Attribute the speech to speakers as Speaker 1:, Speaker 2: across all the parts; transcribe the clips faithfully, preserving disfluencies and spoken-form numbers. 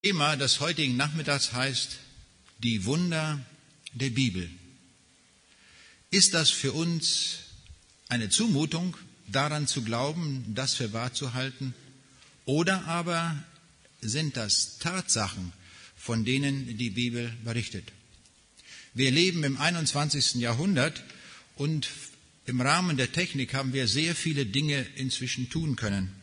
Speaker 1: Thema des heutigen Nachmittags heißt die Wunder der Bibel. Ist das für uns eine Zumutung, daran zu glauben, das für wahr zu halten? Oder aber sind das Tatsachen, von denen die Bibel berichtet? Wir leben im einundzwanzigsten Jahrhundert und im Rahmen der Technik haben wir sehr viele Dinge inzwischen tun können.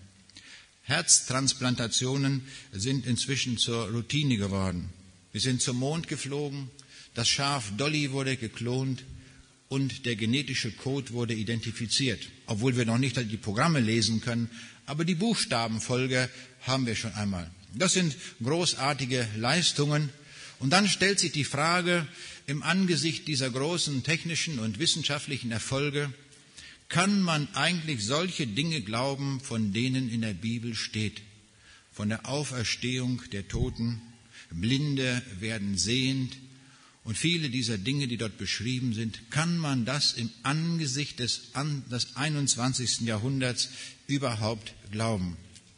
Speaker 1: Herztransplantationen sind inzwischen zur Routine geworden. Wir sind zum Mond geflogen, das Schaf Dolly wurde geklont und der genetische Code wurde identifiziert. Obwohl wir noch nicht die Programme lesen können, aber die Buchstabenfolge haben wir schon einmal. Das sind großartige Leistungen. Und dann stellt sich die Frage, im Angesicht dieser großen technischen und wissenschaftlichen Erfolge, kann man eigentlich solche Dinge glauben, von denen in der Bibel steht? Von der Auferstehung der Toten, Blinde werden sehend und viele dieser Dinge, die dort beschrieben sind, kann man das im Angesicht des, des einundzwanzigsten Jahrhunderts überhaupt glauben?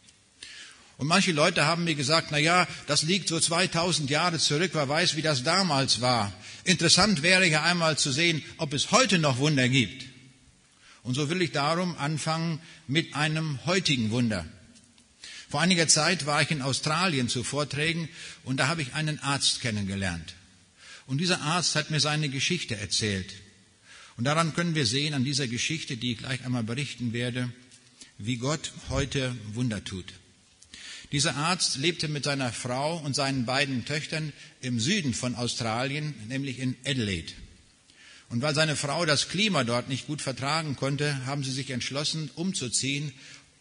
Speaker 1: Und manche Leute haben mir gesagt, na ja, das liegt so zweitausend Jahre zurück, wer weiß, wie das damals war. Interessant wäre ja einmal zu sehen, ob es heute noch Wunder gibt. Und so will ich darum anfangen mit einem heutigen Wunder. Vor einiger Zeit war ich in Australien zu Vorträgen und da habe ich einen Arzt kennengelernt. Und dieser Arzt hat mir seine Geschichte erzählt. Und daran können wir sehen, an dieser Geschichte, die ich gleich einmal berichten werde, wie Gott heute Wunder tut. Dieser Arzt lebte mit seiner Frau und seinen beiden Töchtern im Süden von Australien, nämlich in Adelaide. Und weil seine Frau das Klima dort nicht gut vertragen konnte, haben sie sich entschlossen, umzuziehen,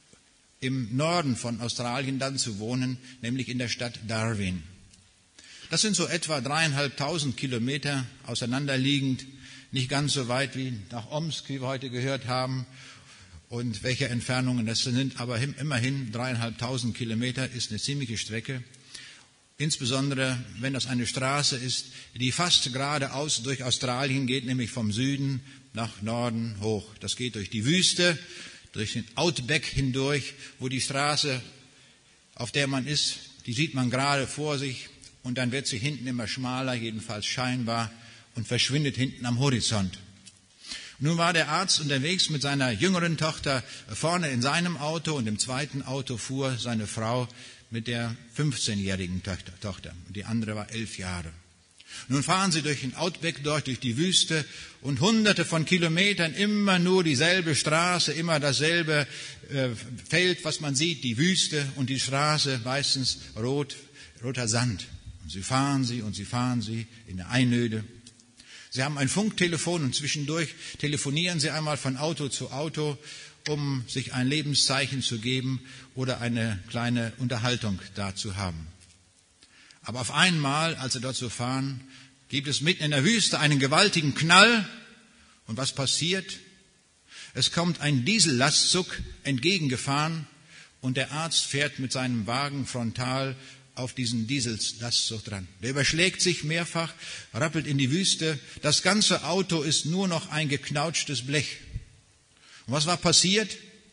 Speaker 1: im Norden von Australien dann zu wohnen, nämlich in der Stadt Darwin. Das sind so etwa dreieinhalbtausend Kilometer auseinanderliegend, nicht ganz so weit wie nach Omsk, wie wir heute gehört haben. Und welche Entfernungen das sind, aber immerhin dreieinhalbtausend Kilometer ist eine ziemliche Strecke. Insbesondere, wenn das eine Straße ist, die fast geradeaus durch Australien geht, nämlich vom Süden nach Norden hoch. Das geht durch die Wüste, durch den Outback hindurch, wo die Straße, auf der man ist, die sieht man gerade vor sich und dann wird sie hinten immer schmaler, jedenfalls scheinbar, und verschwindet hinten am Horizont. Nun war der Arzt unterwegs mit seiner jüngeren Tochter vorne in seinem Auto und im zweiten Auto fuhr seine Frau mit der fünfzehnjährigen Tochter. Die andere war elf Jahre. Nun fahren sie durch den Outback, durch, durch die Wüste und hunderte von Kilometern immer nur dieselbe Straße, immer dasselbe äh, Feld, was man sieht, die Wüste und die Straße, meistens rot, roter Sand. Und sie fahren sie und sie fahren sie in der Einöde. Sie haben ein Funktelefon und zwischendurch telefonieren sie einmal von Auto zu Auto, um sich ein Lebenszeichen zu geben oder eine kleine Unterhaltung da zu haben. Aber auf einmal, als sie dort so fahren, gibt es mitten in der Wüste einen gewaltigen Knall. Und was passiert? Es kommt ein Diesellastzug entgegengefahren und der Arzt fährt mit seinem Wagen frontal auf diesen Diesellastzug dran. Der überschlägt sich mehrfach, rappelt in die Wüste. Das ganze Auto ist nur noch ein geknautschtes Blech. Und was war passiert?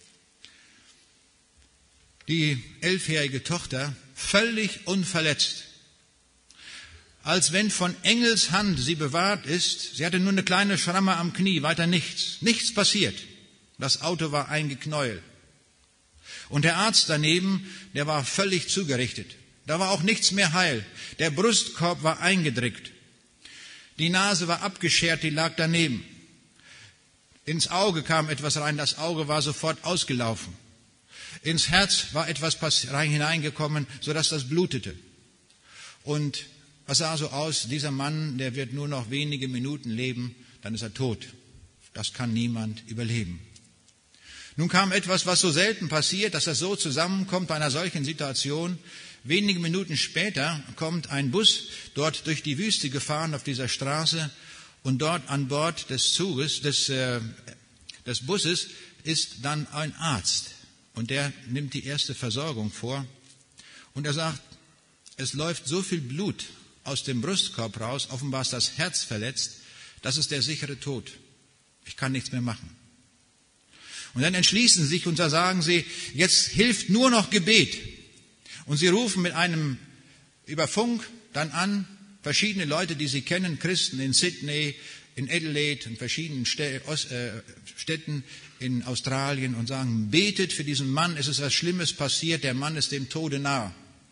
Speaker 1: Die elfjährige Tochter, völlig unverletzt, als wenn von Engels Hand sie bewahrt ist. Sie hatte nur eine kleine Schramme am Knie, weiter nichts. Nichts passiert. Das Auto war ein Geknäuel. Und der Arzt daneben, der war völlig zugerichtet. Da war auch nichts mehr heil. Der Brustkorb war eingedrückt. Die Nase war abgeschert, die lag daneben. Ins Auge kam etwas rein, das Auge war sofort ausgelaufen. Ins Herz war etwas rein hineingekommen, sodass das blutete. Und was sah so aus? Dieser Mann, der wird nur noch wenige Minuten leben, dann ist er tot. Das kann niemand überleben. Nun kam etwas, was so selten passiert, dass das so zusammenkommt bei einer solchen Situation. Wenige Minuten später kommt ein Bus dort durch die Wüste gefahren auf dieser Straße und dort an Bord des Zuges, des, äh, des Busses ist dann ein Arzt und der nimmt die erste Versorgung vor und er sagt, es läuft so viel Blut aus dem Brustkorb raus, offenbar ist das Herz verletzt, das ist der sichere Tod. Ich kann nichts mehr machen. Und dann entschließen sie sich und da sagen sie, jetzt hilft nur noch Gebet. Und sie rufen mit einem über Funk dann an, verschiedene Leute, die Sie kennen, Christen in Sydney, in Adelaide, in verschiedenen Städten in Australien und sagen, betet für diesen Mann, es ist was Schlimmes passiert, der Mann ist dem Tode nahe.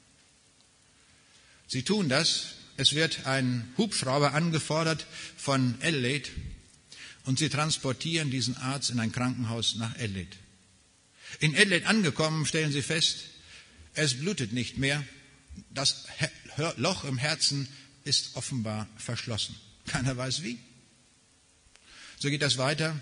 Speaker 1: Sie tun das, es wird ein Hubschrauber angefordert von Adelaide und sie transportieren diesen Arzt in ein Krankenhaus nach Adelaide. In Adelaide angekommen, stellen sie fest, es blutet nicht mehr, das Loch im Herzen ist offenbar verschlossen. Keiner weiß wie. So geht das weiter.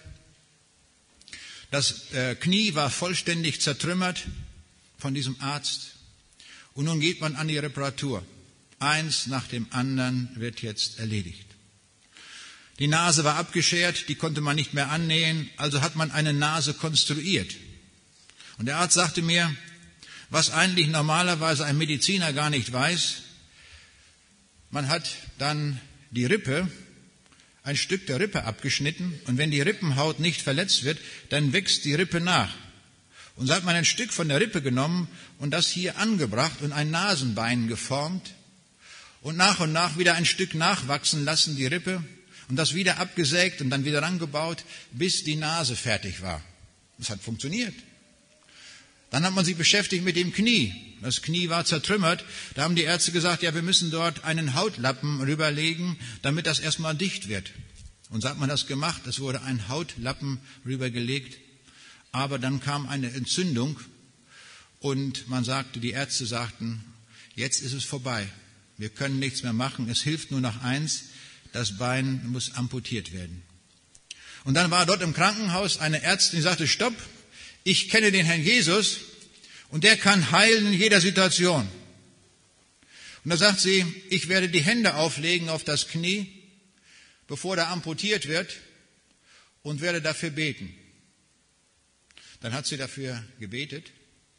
Speaker 1: Das äh, Knie war vollständig zertrümmert von diesem Arzt. Und nun geht man an die Reparatur. Eins nach dem anderen wird jetzt erledigt. Die Nase war abgeschert, die konnte man nicht mehr annähen, also hat man eine Nase konstruiert. Und der Arzt sagte mir, was eigentlich normalerweise ein Mediziner gar nicht weiß, man hat dann die Rippe, ein Stück der Rippe abgeschnitten und wenn die Rippenhaut nicht verletzt wird, dann wächst die Rippe nach. Und so hat man ein Stück von der Rippe genommen und das hier angebracht und ein Nasenbein geformt und nach und nach wieder ein Stück nachwachsen lassen, die Rippe, und das wieder abgesägt und dann wieder rangebaut, bis die Nase fertig war. Das hat funktioniert. Dann hat man sich beschäftigt mit dem Knie. Das Knie war zertrümmert. Da haben die Ärzte gesagt, ja, wir müssen dort einen Hautlappen rüberlegen, damit das erstmal dicht wird. Und so hat man das gemacht. Es wurde ein Hautlappen rübergelegt. Aber dann kam eine Entzündung und man sagte, die Ärzte sagten, jetzt ist es vorbei. Wir können nichts mehr machen. Es hilft nur noch eins. Das Bein muss amputiert werden. Und dann war dort im Krankenhaus eine Ärztin, die sagte, stopp. Ich kenne den Herrn Jesus und der kann heilen in jeder Situation. Und da sagt sie, ich werde die Hände auflegen auf das Knie, bevor er amputiert wird und werde dafür beten. Dann hat sie dafür gebetet,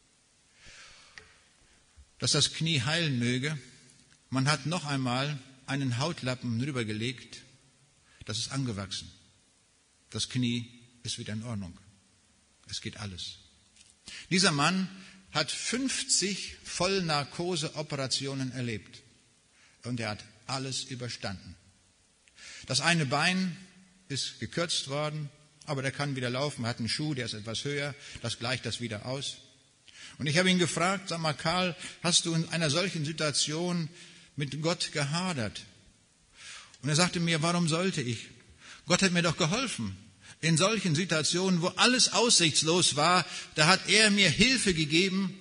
Speaker 1: dass das Knie heilen möge. Man hat noch einmal einen Hautlappen rübergelegt, das ist angewachsen. Das Knie ist wieder in Ordnung. Es geht alles. Dieser Mann hat fünfzig Vollnarkose-Operationen erlebt und er hat alles überstanden. Das eine Bein ist gekürzt worden, aber der kann wieder laufen, er hat einen Schuh, der ist etwas höher, das gleicht das wieder aus. Und ich habe ihn gefragt, sag mal Karl, hast du in einer solchen Situation mit Gott gehadert? Und er sagte mir, warum sollte ich? Gott hat mir doch geholfen. In solchen Situationen, wo alles aussichtslos war, da hat er mir Hilfe gegeben,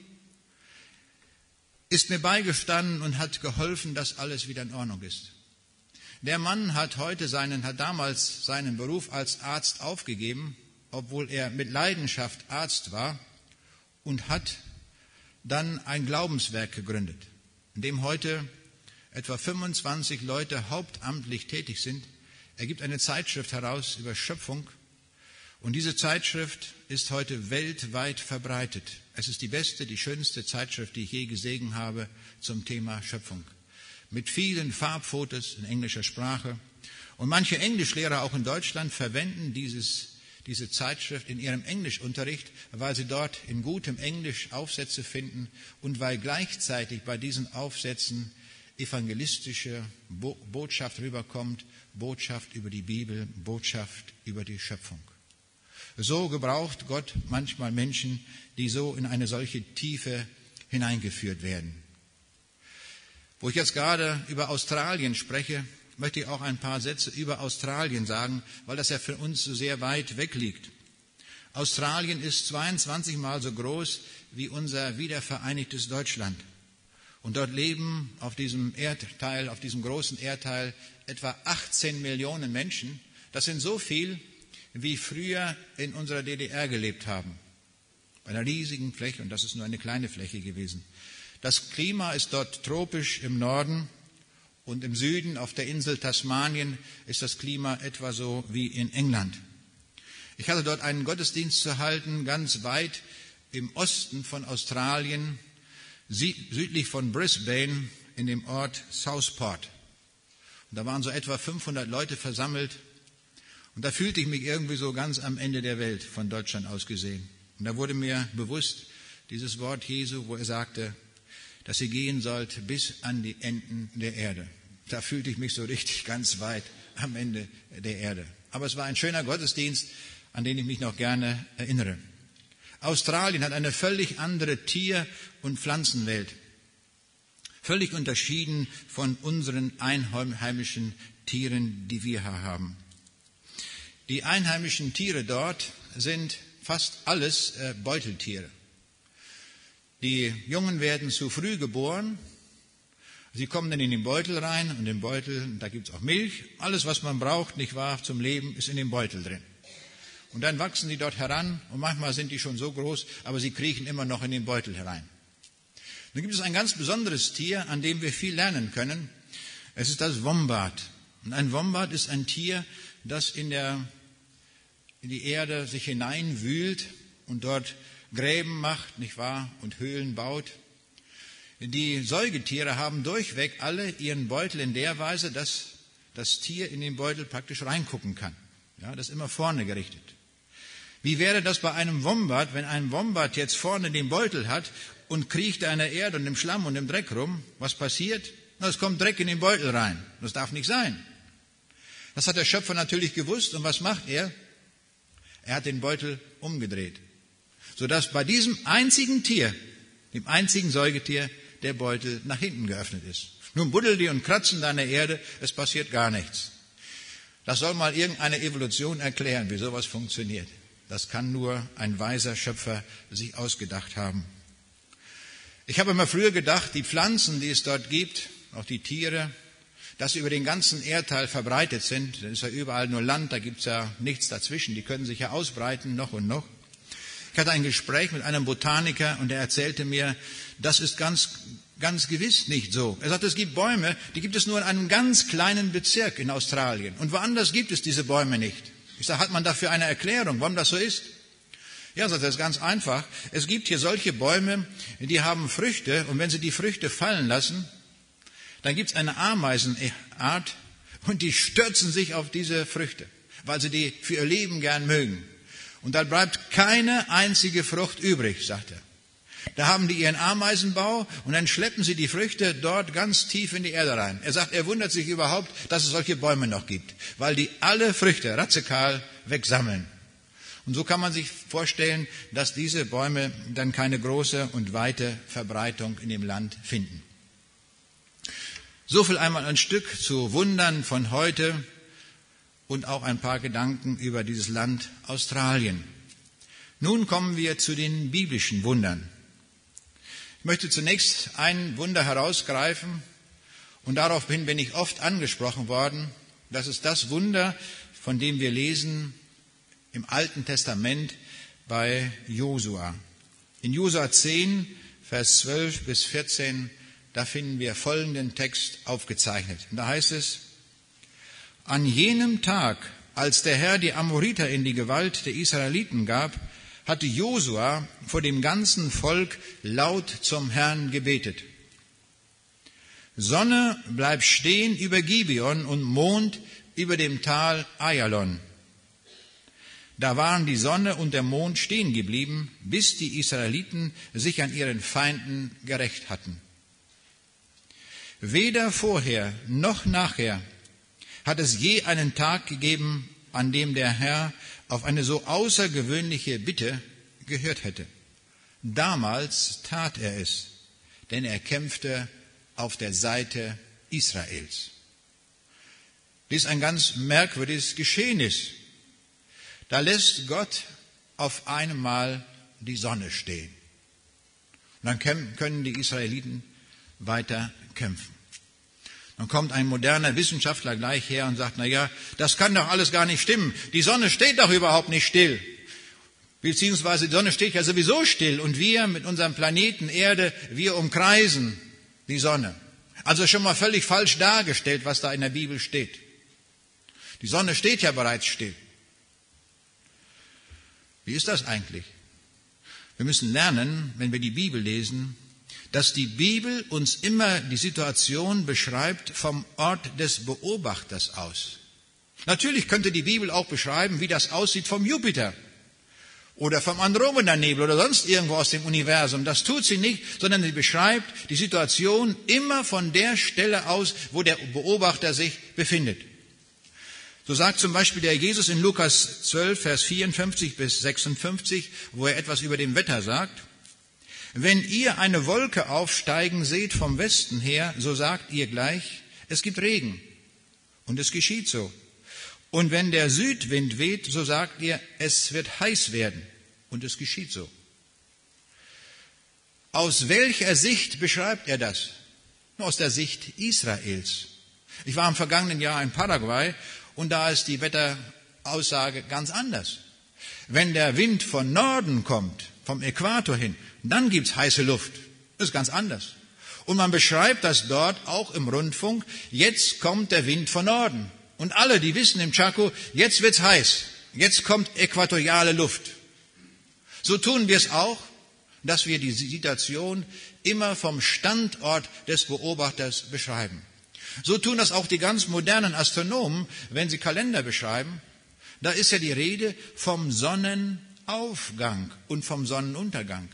Speaker 1: ist mir beigestanden und hat geholfen, dass alles wieder in Ordnung ist. Der Mann hat heute seinen, hat damals seinen Beruf als Arzt aufgegeben, obwohl er mit Leidenschaft Arzt war, und hat dann ein Glaubenswerk gegründet, in dem heute etwa fünfundzwanzig Leute hauptamtlich tätig sind. Er gibt eine Zeitschrift heraus über Schöpfung. Und diese Zeitschrift ist heute weltweit verbreitet. Es ist die beste, die schönste Zeitschrift, die ich je gesehen habe zum Thema Schöpfung. Mit vielen Farbfotos in englischer Sprache. Und manche Englischlehrer auch in Deutschland verwenden dieses, diese Zeitschrift in ihrem Englischunterricht, weil sie dort in gutem Englisch Aufsätze finden und weil gleichzeitig bei diesen Aufsätzen evangelistische Botschaft rüberkommt, Botschaft über die Bibel, Botschaft über die Schöpfung. So gebraucht Gott manchmal Menschen, die so in eine solche Tiefe hineingeführt werden. Wo ich jetzt gerade über Australien spreche, möchte ich auch ein paar Sätze über Australien sagen, weil das ja für uns so sehr weit weg liegt. Australien ist zweiundzwanzig Mal so groß wie unser wiedervereinigtes Deutschland. Und dort leben auf diesem Erdteil, auf diesem großen Erdteil etwa achtzehn Millionen Menschen. Das sind so viel, wie früher in unserer D D R gelebt haben. Bei einer riesigen Fläche, und das ist nur eine kleine Fläche gewesen. Das Klima ist dort tropisch im Norden und im Süden auf der Insel Tasmanien ist das Klima etwa so wie in England. Ich hatte dort einen Gottesdienst zu halten, ganz weit im Osten von Australien, südlich von Brisbane in dem Ort Southport. Und da waren so etwa fünfhundert Leute versammelt. Und da fühlte ich mich irgendwie so ganz am Ende der Welt von Deutschland aus gesehen. Und da wurde mir bewusst dieses Wort Jesu, wo er sagte, dass ihr gehen sollt bis an die Enden der Erde. Da fühlte ich mich so richtig ganz weit am Ende der Erde. Aber es war ein schöner Gottesdienst, an den ich mich noch gerne erinnere. Australien hat eine völlig andere Tier- und Pflanzenwelt. Völlig unterschieden von unseren einheimischen Tieren, die wir hier haben. Die einheimischen Tiere dort sind fast alles äh, Beuteltiere. Die Jungen werden zu früh geboren. Sie kommen dann in den Beutel rein und im Beutel, da gibt es auch Milch. Alles, was man braucht, nicht wahr, zum Leben, ist in dem Beutel drin. Und dann wachsen sie dort heran und manchmal sind die schon so groß, aber sie kriechen immer noch in den Beutel herein. Dann gibt es ein ganz besonderes Tier, an dem wir viel lernen können. Es ist das Wombat. Und ein Wombat ist ein Tier, das in, der, in die Erde sich hineinwühlt und dort Gräben macht, nicht wahr, und Höhlen baut. Die Säugetiere haben durchweg alle ihren Beutel in der Weise, dass das Tier in den Beutel praktisch reingucken kann. Ja, das ist immer vorne gerichtet. Wie wäre das bei einem Wombat, wenn ein Wombat jetzt vorne den Beutel hat und kriecht da in der Erde und im Schlamm und im Dreck rum? Was passiert? Na, es kommt Dreck in den Beutel rein. Das darf nicht sein. Das hat der Schöpfer natürlich gewusst. Und was macht er? Er hat den Beutel umgedreht, sodass bei diesem einzigen Tier, dem einzigen Säugetier, der Beutel nach hinten geöffnet ist. Nun buddeln die und kratzen da an der Erde, es passiert gar nichts. Das soll mal irgendeine Evolution erklären, wie sowas funktioniert. Das kann nur ein weiser Schöpfer sich ausgedacht haben. Ich habe immer früher gedacht, die Pflanzen, die es dort gibt, auch die Tiere, dass sie über den ganzen Erdteil verbreitet sind. Da ist ja überall nur Land, da gibt es ja nichts dazwischen. Die können sich ja ausbreiten, noch und noch. Ich hatte ein Gespräch mit einem Botaniker und er erzählte mir, das ist ganz, ganz gewiss nicht so. Er sagte, es gibt Bäume, die gibt es nur in einem ganz kleinen Bezirk in Australien. Und woanders gibt es diese Bäume nicht. Ich sage, hat man dafür eine Erklärung, warum das so ist? Ja, sagt er, das ist ganz einfach. Es gibt hier solche Bäume, die haben Früchte und wenn sie die Früchte fallen lassen, dann gibt es eine Ameisenart und die stürzen sich auf diese Früchte, weil sie die für ihr Leben gern mögen. Und da bleibt keine einzige Frucht übrig, sagt er. Da haben die ihren Ameisenbau und dann schleppen sie die Früchte dort ganz tief in die Erde rein. Er sagt, er wundert sich überhaupt, dass es solche Bäume noch gibt, weil die alle Früchte radikal wegsammeln. Und so kann man sich vorstellen, dass diese Bäume dann keine große und weite Verbreitung in dem Land finden. So viel einmal ein Stück zu Wundern von heute und auch ein paar Gedanken über dieses Land Australien. Nun kommen wir zu den biblischen Wundern. Ich möchte zunächst ein Wunder herausgreifen und daraufhin bin ich oft angesprochen worden. Das ist das Wunder, von dem wir lesen im Alten Testament bei Josua. In Josua zehn, Vers zwölf bis vierzehn, da finden wir folgenden Text aufgezeichnet. Und da heißt es, an jenem Tag, als der Herr die Amoriter in die Gewalt der Israeliten gab, hatte Josua vor dem ganzen Volk laut zum Herrn gebetet. Sonne, bleib stehen über Gibeon und Mond über dem Tal Ayalon. Da waren die Sonne und der Mond stehen geblieben, bis die Israeliten sich an ihren Feinden gerächt hatten. Weder vorher noch nachher hat es je einen Tag gegeben, an dem der Herr auf eine so außergewöhnliche Bitte gehört hätte. Damals tat er es, denn er kämpfte auf der Seite Israels. Dies ist ein ganz merkwürdiges Geschehnis. Da lässt Gott auf einmal die Sonne stehen. Und dann können die Israeliten weiter kämpfen. Dann kommt ein moderner Wissenschaftler gleich her und sagt, na ja, das kann doch alles gar nicht stimmen. Die Sonne steht doch überhaupt nicht still. Beziehungsweise die Sonne steht ja sowieso still und wir mit unserem Planeten Erde, wir umkreisen die Sonne. Also schon mal völlig falsch dargestellt, was da in der Bibel steht. Die Sonne steht ja bereits still. Wie ist das eigentlich? Wir müssen lernen, wenn wir die Bibel lesen, dass die Bibel uns immer die Situation beschreibt vom Ort des Beobachters aus. Natürlich könnte die Bibel auch beschreiben, wie das aussieht vom Jupiter oder vom Andromeda-Nebel oder sonst irgendwo aus dem Universum. Das tut sie nicht, sondern sie beschreibt die Situation immer von der Stelle aus, wo der Beobachter sich befindet. So sagt zum Beispiel der Jesus in Lukas zwölf, Vers vierundfünfzig bis sechsundfünfzig, wo er etwas über dem Wetter sagt: Wenn ihr eine Wolke aufsteigen seht vom Westen her, so sagt ihr gleich, es gibt Regen. Und es geschieht so. Und wenn der Südwind weht, so sagt ihr, es wird heiß werden. Und es geschieht so. Aus welcher Sicht beschreibt er das? Nur aus der Sicht Israels. Ich war im vergangenen Jahr in Paraguay und da ist die Wetteraussage ganz anders. Wenn der Wind von Norden kommt, vom Äquator hin, dann gibt's heiße Luft. Das ist ganz anders. Und man beschreibt das dort auch im Rundfunk, jetzt kommt der Wind von Norden. Und alle, die wissen im Chaco, jetzt wird's heiß, jetzt kommt äquatoriale Luft. So tun wir es auch, dass wir die Situation immer vom Standort des Beobachters beschreiben. So tun das auch die ganz modernen Astronomen, wenn sie Kalender beschreiben. Da ist ja die Rede vom Sonnenaufgang und vom Sonnenuntergang.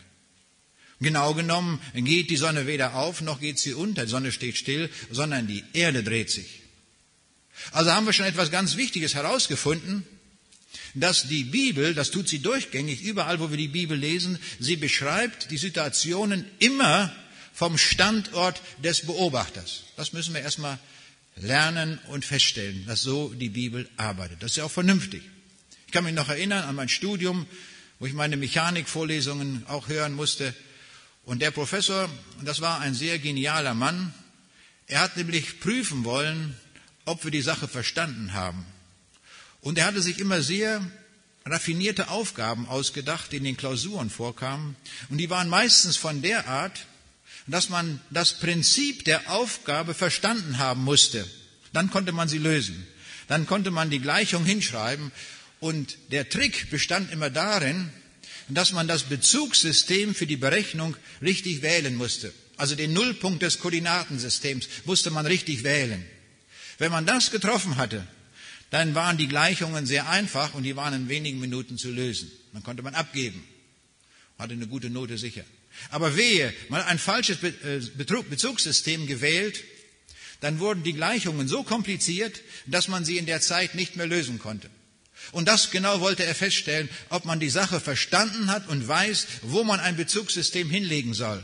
Speaker 1: Genau genommen geht die Sonne weder auf, noch geht sie unter, die Sonne steht still, sondern die Erde dreht sich. Also haben wir schon etwas ganz Wichtiges herausgefunden, dass die Bibel, das tut sie durchgängig, überall wo wir die Bibel lesen, sie beschreibt die Situationen immer vom Standort des Beobachters. Das müssen wir erstmal lernen und feststellen, dass so die Bibel arbeitet. Das ist ja auch vernünftig. Ich kann mich noch erinnern an mein Studium, wo ich meine Mechanikvorlesungen auch hören musste. Und der Professor, das war ein sehr genialer Mann, er hat nämlich prüfen wollen, ob wir die Sache verstanden haben. Und er hatte sich immer sehr raffinierte Aufgaben ausgedacht, die in den Klausuren vorkamen. Und die waren meistens von der Art, dass man das Prinzip der Aufgabe verstanden haben musste. Dann konnte man sie lösen. Dann konnte man die Gleichung hinschreiben. Und der Trick bestand immer darin, dass man das Bezugssystem für die Berechnung richtig wählen musste. Also den Nullpunkt des Koordinatensystems musste man richtig wählen. Wenn man das getroffen hatte, dann waren die Gleichungen sehr einfach und die waren in wenigen Minuten zu lösen. Dann konnte man abgeben, hatte eine gute Note sicher. Aber wehe, man hat ein falsches Bezugssystem gewählt, dann wurden die Gleichungen so kompliziert, dass man sie in der Zeit nicht mehr lösen konnte. Und das genau wollte er feststellen, ob man die Sache verstanden hat und weiß, wo man ein Bezugssystem hinlegen soll.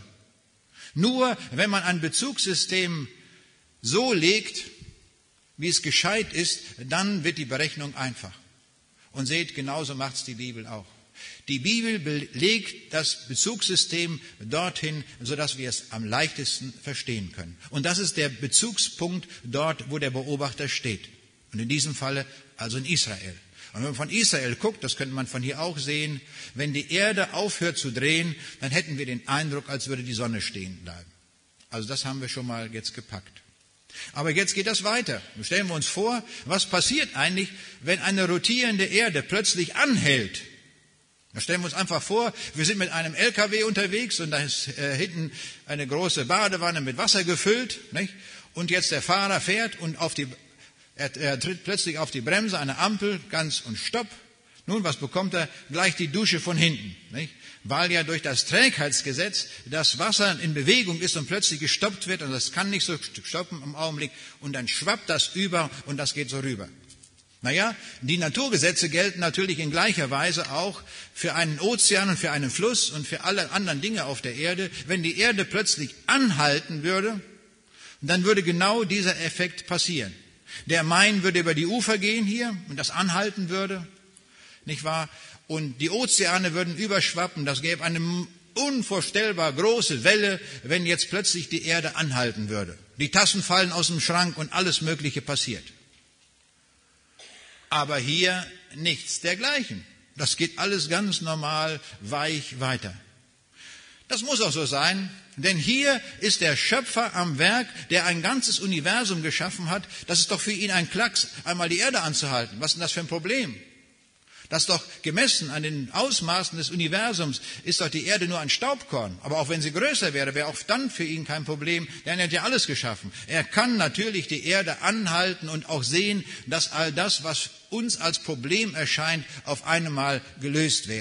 Speaker 1: Nur wenn man ein Bezugssystem so legt, wie es gescheit ist, dann wird die Berechnung einfach. Und seht, genauso macht es die Bibel auch. Die Bibel legt das Bezugssystem dorthin, sodass wir es am leichtesten verstehen können. Und das ist der Bezugspunkt dort, wo der Beobachter steht. Und in diesem Falle also in Israel. Und wenn man von Israel guckt, das könnte man von hier auch sehen, wenn die Erde aufhört zu drehen, dann hätten wir den Eindruck, als würde die Sonne stehen bleiben. Also das haben wir schon mal jetzt gepackt. Aber jetzt geht das weiter. Stellen wir uns vor, was passiert eigentlich, wenn eine rotierende Erde plötzlich anhält? Da stellen wir uns einfach vor, wir sind mit einem L K W unterwegs und da ist äh, hinten eine große Badewanne mit Wasser gefüllt, nicht? Und jetzt der Fahrer fährt und auf die Er, er tritt plötzlich auf die Bremse, eine Ampel, ganz und stopp. Nun, was bekommt er? Gleich die Dusche von hinten. Nicht? Weil ja durch das Trägheitsgesetz das Wasser in Bewegung ist und plötzlich gestoppt wird und das kann nicht so stoppen im Augenblick und dann schwappt das über und das geht so rüber. Naja, die Naturgesetze gelten natürlich in gleicher Weise auch für einen Ozean und für einen Fluss und für alle anderen Dinge auf der Erde. Wenn die Erde plötzlich anhalten würde, dann würde genau dieser Effekt passieren. Der Main würde über die Ufer gehen hier und das anhalten würde, nicht wahr? Und die Ozeane würden überschwappen. Das gäbe eine unvorstellbar große Welle, wenn jetzt plötzlich die Erde anhalten würde. Die Tassen fallen aus dem Schrank und alles Mögliche passiert. Aber hier nichts dergleichen. Das geht alles ganz normal, weich weiter. Das muss auch so sein, denn hier ist der Schöpfer am Werk, der ein ganzes Universum geschaffen hat. Das ist doch für ihn ein Klacks, einmal die Erde anzuhalten. Was ist denn das für ein Problem? Das ist doch gemessen an den Ausmaßen des Universums, ist doch die Erde nur ein Staubkorn. Aber auch wenn sie größer wäre, wäre auch dann für ihn kein Problem, denn er hat ja alles geschaffen. Er kann natürlich die Erde anhalten und auch sehen, dass all das, was uns als Problem erscheint, auf einmal gelöst wäre.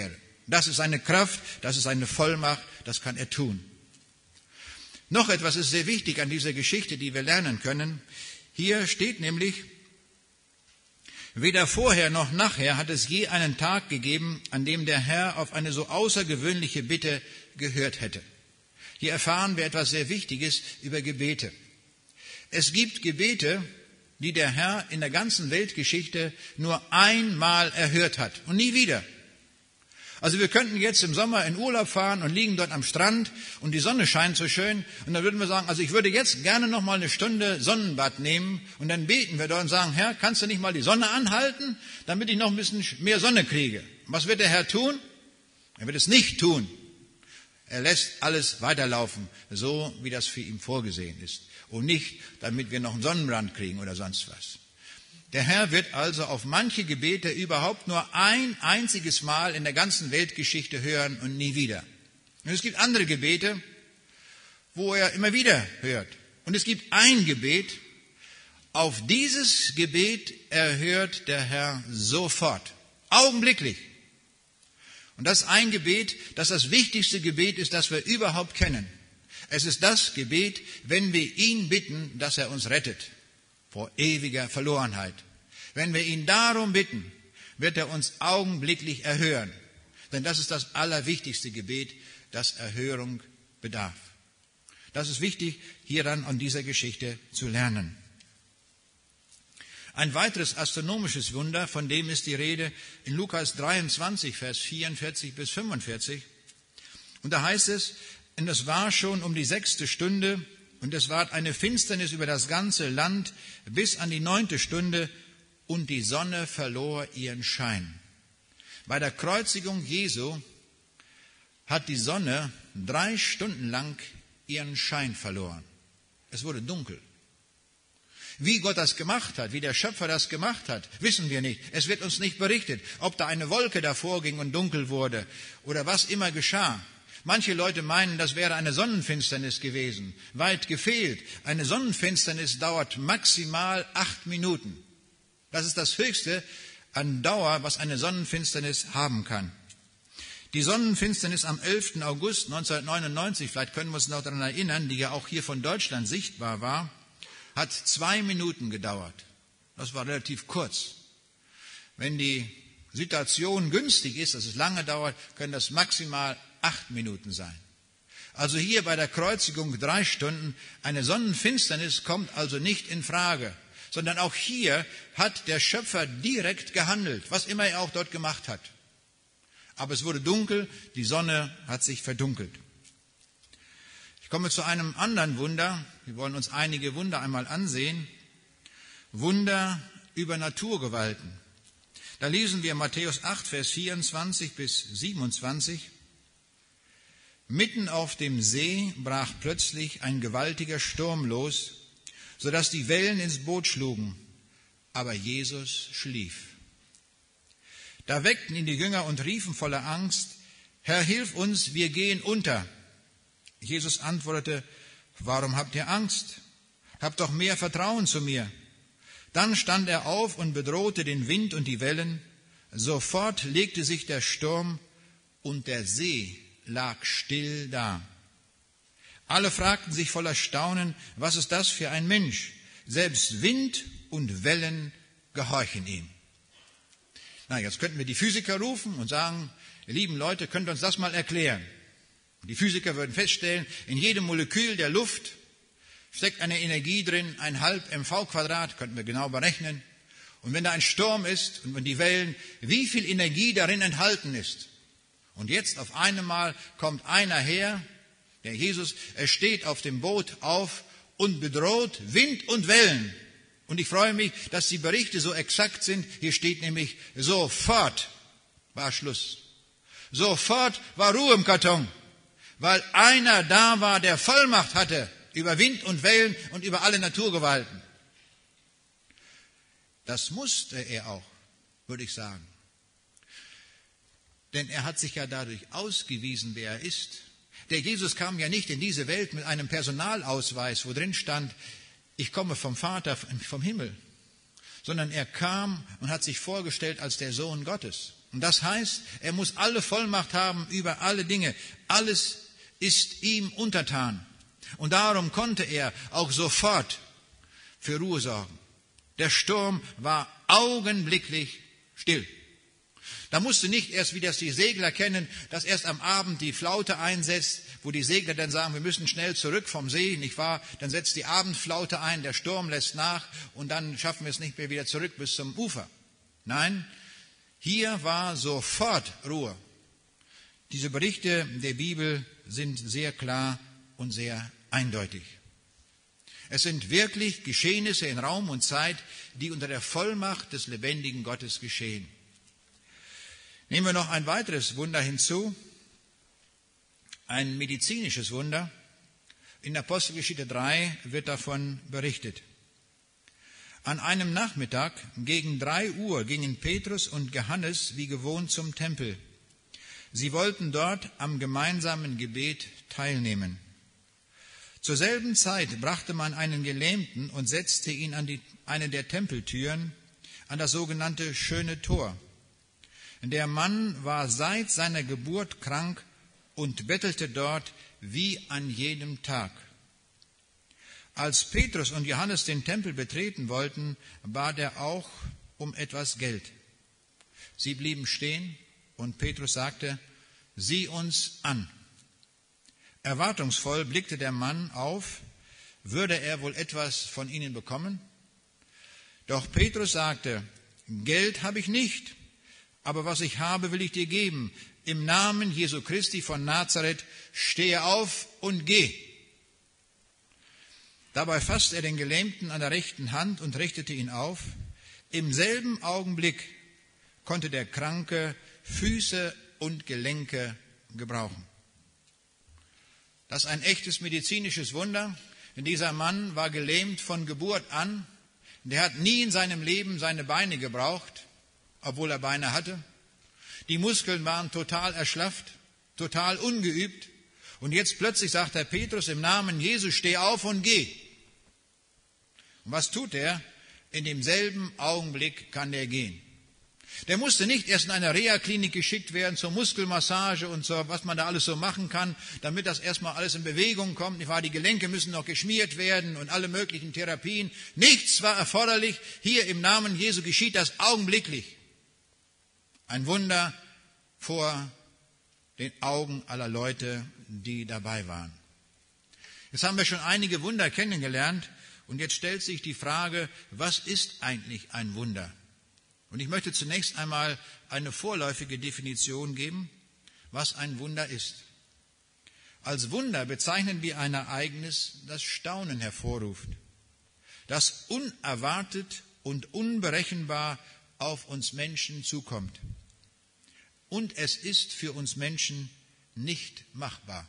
Speaker 1: Das ist seine Kraft, das ist seine Vollmacht, das kann er tun. Noch etwas ist sehr wichtig an dieser Geschichte, die wir lernen können. Hier steht nämlich, weder vorher noch nachher hat es je einen Tag gegeben, an dem der Herr auf eine so außergewöhnliche Bitte gehört hätte. Hier erfahren wir etwas sehr Wichtiges über Gebete. Es gibt Gebete, die der Herr in der ganzen Weltgeschichte nur einmal erhört hat und nie wieder. Also wir könnten jetzt im Sommer in Urlaub fahren und liegen dort am Strand und die Sonne scheint so schön und dann würden wir sagen, also ich würde jetzt gerne noch mal eine Stunde Sonnenbad nehmen und dann beten wir dort und sagen, Herr, kannst du nicht mal die Sonne anhalten, damit ich noch ein bisschen mehr Sonne kriege? Was wird der Herr tun? Er wird es nicht tun. Er lässt alles weiterlaufen, so wie das für ihn vorgesehen ist und nicht, damit wir noch einen Sonnenbrand kriegen oder sonst was. Der Herr wird also auf manche Gebete überhaupt nur ein einziges Mal in der ganzen Weltgeschichte hören und nie wieder. Und es gibt andere Gebete, wo er immer wieder hört. Und es gibt ein Gebet, auf dieses Gebet erhört der Herr sofort, augenblicklich. Und das ist ein Gebet, das das wichtigste Gebet ist, das wir überhaupt kennen. Es ist das Gebet, wenn wir ihn bitten, dass er uns rettet vor ewiger Verlorenheit. Wenn wir ihn darum bitten, wird er uns augenblicklich erhören. Denn das ist das allerwichtigste Gebet, das Erhörung bedarf. Das ist wichtig, hier dann an dieser Geschichte zu lernen. Ein weiteres astronomisches Wunder, von dem ist die Rede in Lukas dreiundzwanzig, Vers vierundvierzig bis fünfundvierzig. Und da heißt es, und es war schon um die sechste Stunde, und es ward eine Finsternis über das ganze Land bis an die neunte Stunde, und die Sonne verlor ihren Schein. Bei der Kreuzigung Jesu hat die Sonne drei Stunden lang ihren Schein verloren. Es wurde dunkel. Wie Gott das gemacht hat, wie der Schöpfer das gemacht hat, wissen wir nicht. Es wird uns nicht berichtet, ob da eine Wolke davor ging und dunkel wurde oder was immer geschah. Manche Leute meinen, das wäre eine Sonnenfinsternis gewesen. Weit gefehlt. Eine Sonnenfinsternis dauert maximal acht Minuten. Das ist das Höchste an Dauer, was eine Sonnenfinsternis haben kann. Die Sonnenfinsternis am elften August neunzehnhundertneunundneunzig, vielleicht können wir uns noch daran erinnern, die ja auch hier von Deutschland sichtbar war, hat zwei Minuten gedauert. Das war relativ kurz. Wenn die Situation günstig ist, dass es lange dauert, können das maximal acht Minuten sein. Also hier bei der Kreuzigung drei Stunden. Eine Sonnenfinsternis kommt also nicht in Frage, sondern auch hier hat der Schöpfer direkt gehandelt, was immer er auch dort gemacht hat. Aber es wurde dunkel, die Sonne hat sich verdunkelt. Ich komme zu einem anderen Wunder. Wir wollen uns einige Wunder einmal ansehen. Wunder über Naturgewalten. Da lesen wir Matthäus acht, Vers vierundzwanzig bis siebenundzwanzig. Mitten auf dem See brach plötzlich ein gewaltiger Sturm los, sodass die Wellen ins Boot schlugen. Aber Jesus schlief. Da weckten ihn die Jünger und riefen voller Angst, Herr, hilf uns, wir gehen unter. Jesus antwortete, warum habt ihr Angst? Habt doch mehr Vertrauen zu mir. Dann stand er auf und bedrohte den Wind und die Wellen. Sofort legte sich der Sturm und der See lag still da. Alle fragten sich voller Staunen, was ist das für ein Mensch? Selbst Wind und Wellen gehorchen ihm. Na, jetzt könnten wir die Physiker rufen und sagen, ihr lieben Leute, könnt ihr uns das mal erklären? Die Physiker würden feststellen, in jedem Molekül der Luft steckt eine Energie drin, ein halb mv Quadrat, könnten wir genau berechnen. Und wenn da ein Sturm ist und wenn die Wellen, wie viel Energie darin enthalten ist. Und jetzt auf einmal kommt einer her, der Jesus, er steht auf dem Boot auf und bedroht Wind und Wellen. Und ich freue mich, dass die Berichte so exakt sind. Hier steht nämlich, sofort war Schluss. Sofort war Ruhe im Karton, weil einer da war, der Vollmacht hatte über Wind und Wellen und über alle Naturgewalten. Das musste er auch, würde ich sagen. Denn er hat sich ja dadurch ausgewiesen, wer er ist. Der Jesus kam ja nicht in diese Welt mit einem Personalausweis, wo drin stand, ich komme vom Vater, vom Himmel, sondern er kam und hat sich vorgestellt als der Sohn Gottes. Und das heißt, er muss alle Vollmacht haben über alle Dinge. Alles ist ihm untertan. Und darum konnte er auch sofort für Ruhe sorgen. Der Sturm war augenblicklich still. Da musste nicht erst, wie das die Segler kennen, dass erst am Abend die Flaute einsetzt, wo die Segler dann sagen, wir müssen schnell zurück vom See, nicht wahr? Dann setzt die Abendflaute ein, der Sturm lässt nach und dann schaffen wir es nicht mehr wieder zurück bis zum Ufer. Nein, hier war sofort Ruhe. Diese Berichte der Bibel sind sehr klar und sehr eindeutig. Es sind wirklich Geschehnisse in Raum und Zeit, die unter der Vollmacht des lebendigen Gottes geschehen. Nehmen wir noch ein weiteres Wunder hinzu, ein medizinisches Wunder. In Apostelgeschichte drei wird davon berichtet. An einem Nachmittag gegen drei Uhr gingen Petrus und Johannes wie gewohnt zum Tempel. Sie wollten dort am gemeinsamen Gebet teilnehmen. Zur selben Zeit brachte man einen Gelähmten und setzte ihn an die, eine der Tempeltüren, an das sogenannte Schöne Tor. Der Mann war seit seiner Geburt krank und bettelte dort wie an jedem Tag. Als Petrus und Johannes den Tempel betreten wollten, bat er auch um etwas Geld. Sie blieben stehen und Petrus sagte, sieh uns an. Erwartungsvoll blickte der Mann auf, würde er wohl etwas von ihnen bekommen? Doch Petrus sagte, Geld habe ich nicht, aber was ich habe, will ich dir geben. Im Namen Jesu Christi von Nazareth stehe auf und geh. Dabei fasste er den Gelähmten an der rechten Hand und richtete ihn auf. Im selben Augenblick konnte der Kranke Füße und Gelenke gebrauchen. Das ist ein echtes medizinisches Wunder, denn dieser Mann war gelähmt von Geburt an. Der hat nie in seinem Leben seine Beine gebraucht, obwohl er Beine hatte. Die Muskeln waren total erschlafft, total ungeübt. Und jetzt plötzlich sagt der Petrus im Namen Jesu, steh auf und geh. Und was tut er? In demselben Augenblick kann er gehen. Der musste nicht erst in eine Reha-Klinik geschickt werden zur Muskelmassage und so, was man da alles so machen kann, damit das erstmal alles in Bewegung kommt. Die Gelenke müssen noch geschmiert werden und alle möglichen Therapien. Nichts war erforderlich. Hier im Namen Jesu geschieht das augenblicklich. Ein Wunder vor den Augen aller Leute, die dabei waren. Jetzt haben wir schon einige Wunder kennengelernt und jetzt stellt sich die Frage, was ist eigentlich ein Wunder? Und ich möchte zunächst einmal eine vorläufige Definition geben, was ein Wunder ist. Als Wunder bezeichnen wir ein Ereignis, das Staunen hervorruft, das unerwartet und unberechenbar auf uns Menschen zukommt. Und es ist für uns Menschen nicht machbar.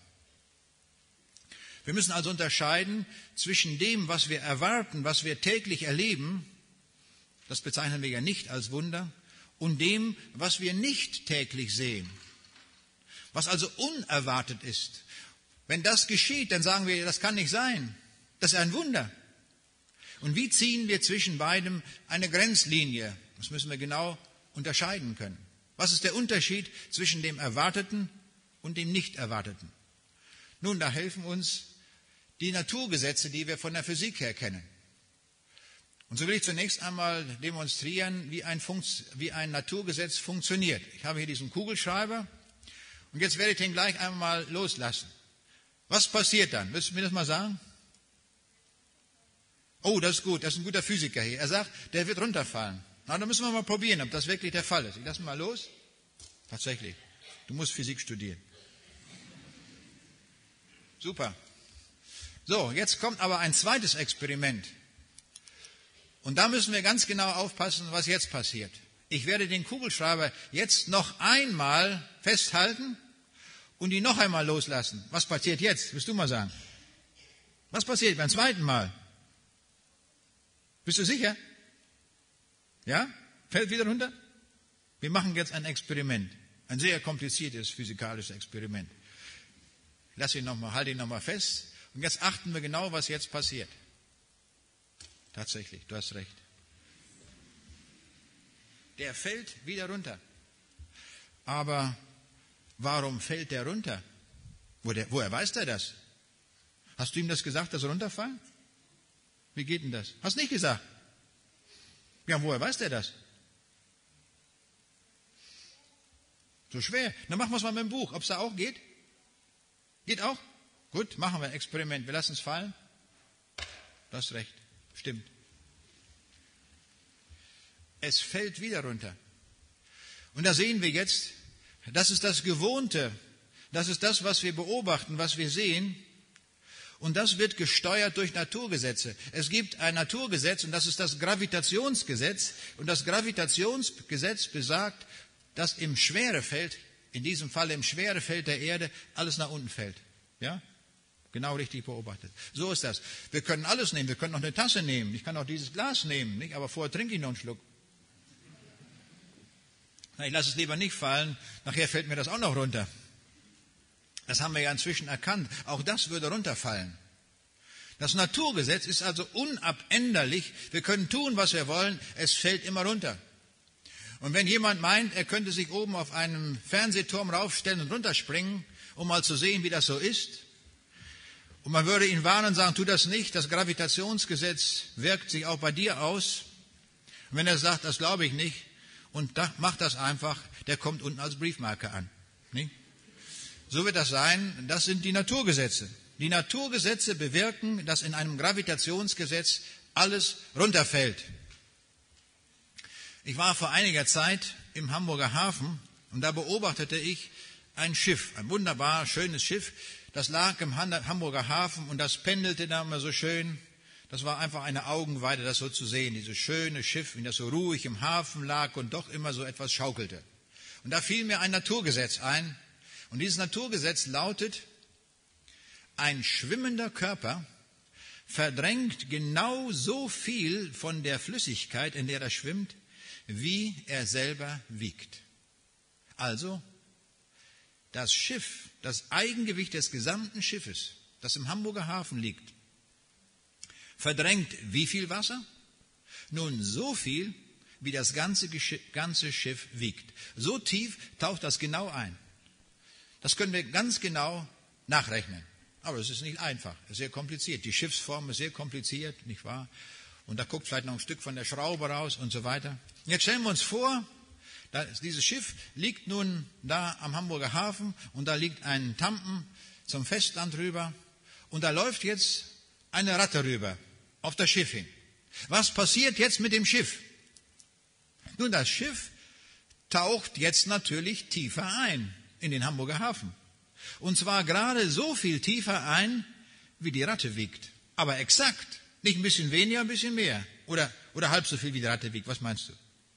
Speaker 1: Wir müssen also unterscheiden zwischen dem, was wir erwarten, was wir täglich erleben, das bezeichnen wir ja nicht als Wunder, und dem, was wir nicht täglich sehen, was also unerwartet ist. Wenn das geschieht, dann sagen wir, das kann nicht sein. Das ist ein Wunder. Und wie ziehen wir zwischen beidem eine Grenzlinie? Das müssen wir genau unterscheiden können. Was ist der Unterschied zwischen dem Erwarteten und dem Nicht-Erwarteten? Nun, da helfen uns die Naturgesetze, die wir von der Physik her kennen. Und so will ich zunächst einmal demonstrieren, wie ein, Funkt, wie ein Naturgesetz funktioniert. Ich habe hier diesen Kugelschreiber und jetzt werde ich den gleich einmal loslassen. Was passiert dann? Willst du mir das mal sagen? Oh, das ist gut, das ist ein guter Physiker hier. Er sagt, der wird runterfallen. Na, dann müssen wir mal probieren, ob das wirklich der Fall ist. Ich lasse mal los. Tatsächlich, du musst Physik studieren. Super. So, jetzt kommt aber ein zweites Experiment. Und da müssen wir ganz genau aufpassen, was jetzt passiert. Ich werde den Kugelschreiber jetzt noch einmal festhalten und ihn noch einmal loslassen. Was passiert jetzt? Willst du mal sagen? Was passiert beim zweiten Mal? Bist du sicher? Ja? Fällt wieder runter? Wir machen jetzt ein Experiment. Ein sehr kompliziertes physikalisches Experiment. Lass ihn noch mal, halt ihn nochmal fest. Und jetzt achten wir genau, was jetzt passiert. Tatsächlich, du hast recht. Der fällt wieder runter. aber warum fällt der runter? Woher, woher weiß der das? Hast du ihm das gesagt, dass er runterfallen? Wie geht denn das? Hast nicht gesagt. Ja, woher weiß der das? So schwer. Dann machen wir es mal mit dem Buch. Ob es da auch geht? Geht auch? Gut, machen wir ein Experiment. Wir lassen es fallen. Du hast recht. Stimmt. Es fällt wieder runter. Und da sehen wir jetzt, das ist das Gewohnte. Das ist das, was wir beobachten, was wir sehen. Und das wird gesteuert durch Naturgesetze. Es gibt ein Naturgesetz und das ist das Gravitationsgesetz. Und das Gravitationsgesetz besagt, dass im Schwerefeld, in diesem Fall im Schwerefeld der Erde, alles nach unten fällt. Ja? Genau richtig beobachtet. So ist das. Wir können alles nehmen. Wir können noch eine Tasse nehmen. Ich kann auch dieses Glas nehmen, nicht? Aber vorher trinke ich noch einen Schluck. Na, ich lasse es lieber nicht fallen. Nachher fällt mir das auch noch runter. Das haben wir ja inzwischen erkannt. Auch das würde runterfallen. Das Naturgesetz ist also unabänderlich. Wir können tun, was wir wollen. Es fällt immer runter. Und wenn jemand meint, er könnte sich oben auf einem Fernsehturm raufstellen und runterspringen, um mal zu sehen, wie das so ist, und man würde ihn warnen und sagen, tu das nicht, das Gravitationsgesetz wirkt sich auch bei dir aus. Und wenn er sagt, das glaube ich nicht, und da, macht das einfach, der kommt unten als Briefmarke an. Nicht? So wird das sein, das sind die Naturgesetze. Die Naturgesetze bewirken, dass in einem Gravitationsgesetz alles runterfällt. Ich war vor einiger Zeit im Hamburger Hafen und da beobachtete ich ein Schiff, ein wunderbar schönes Schiff, das lag im Hamburger Hafen und das pendelte da immer so schön. Das war einfach eine Augenweide, das so zu sehen, dieses schöne Schiff, wie das so ruhig im Hafen lag und doch immer so etwas schaukelte. Und da fiel mir ein Naturgesetz ein. Und dieses Naturgesetz lautet, ein schwimmender Körper verdrängt genau so viel von der Flüssigkeit, in der er schwimmt, wie er selber wiegt. Also, das Schiff, das Eigengewicht des gesamten Schiffes, das im Hamburger Hafen liegt, verdrängt wie viel Wasser? Nun, so viel, wie das ganze, ganze Schiff wiegt. So tief taucht das genau ein. Das können wir ganz genau nachrechnen. Aber es ist nicht einfach, es ist sehr kompliziert. Die Schiffsform ist sehr kompliziert, nicht wahr? Und da guckt vielleicht noch ein Stück von der Schraube raus und so weiter. Jetzt stellen wir uns vor, da, dieses Schiff liegt nun da am Hamburger Hafen und da liegt ein Tampen zum Festland rüber und da läuft jetzt eine Ratte rüber auf das Schiff hin. Was passiert jetzt mit dem Schiff? Nun, das Schiff taucht jetzt natürlich tiefer ein in den Hamburger Hafen. Und zwar gerade so viel tiefer ein, wie die Ratte wiegt. Aber exakt. Nicht ein bisschen weniger, ein bisschen mehr. Oder, oder halb so viel, wie die Ratte wiegt. Was meinst du?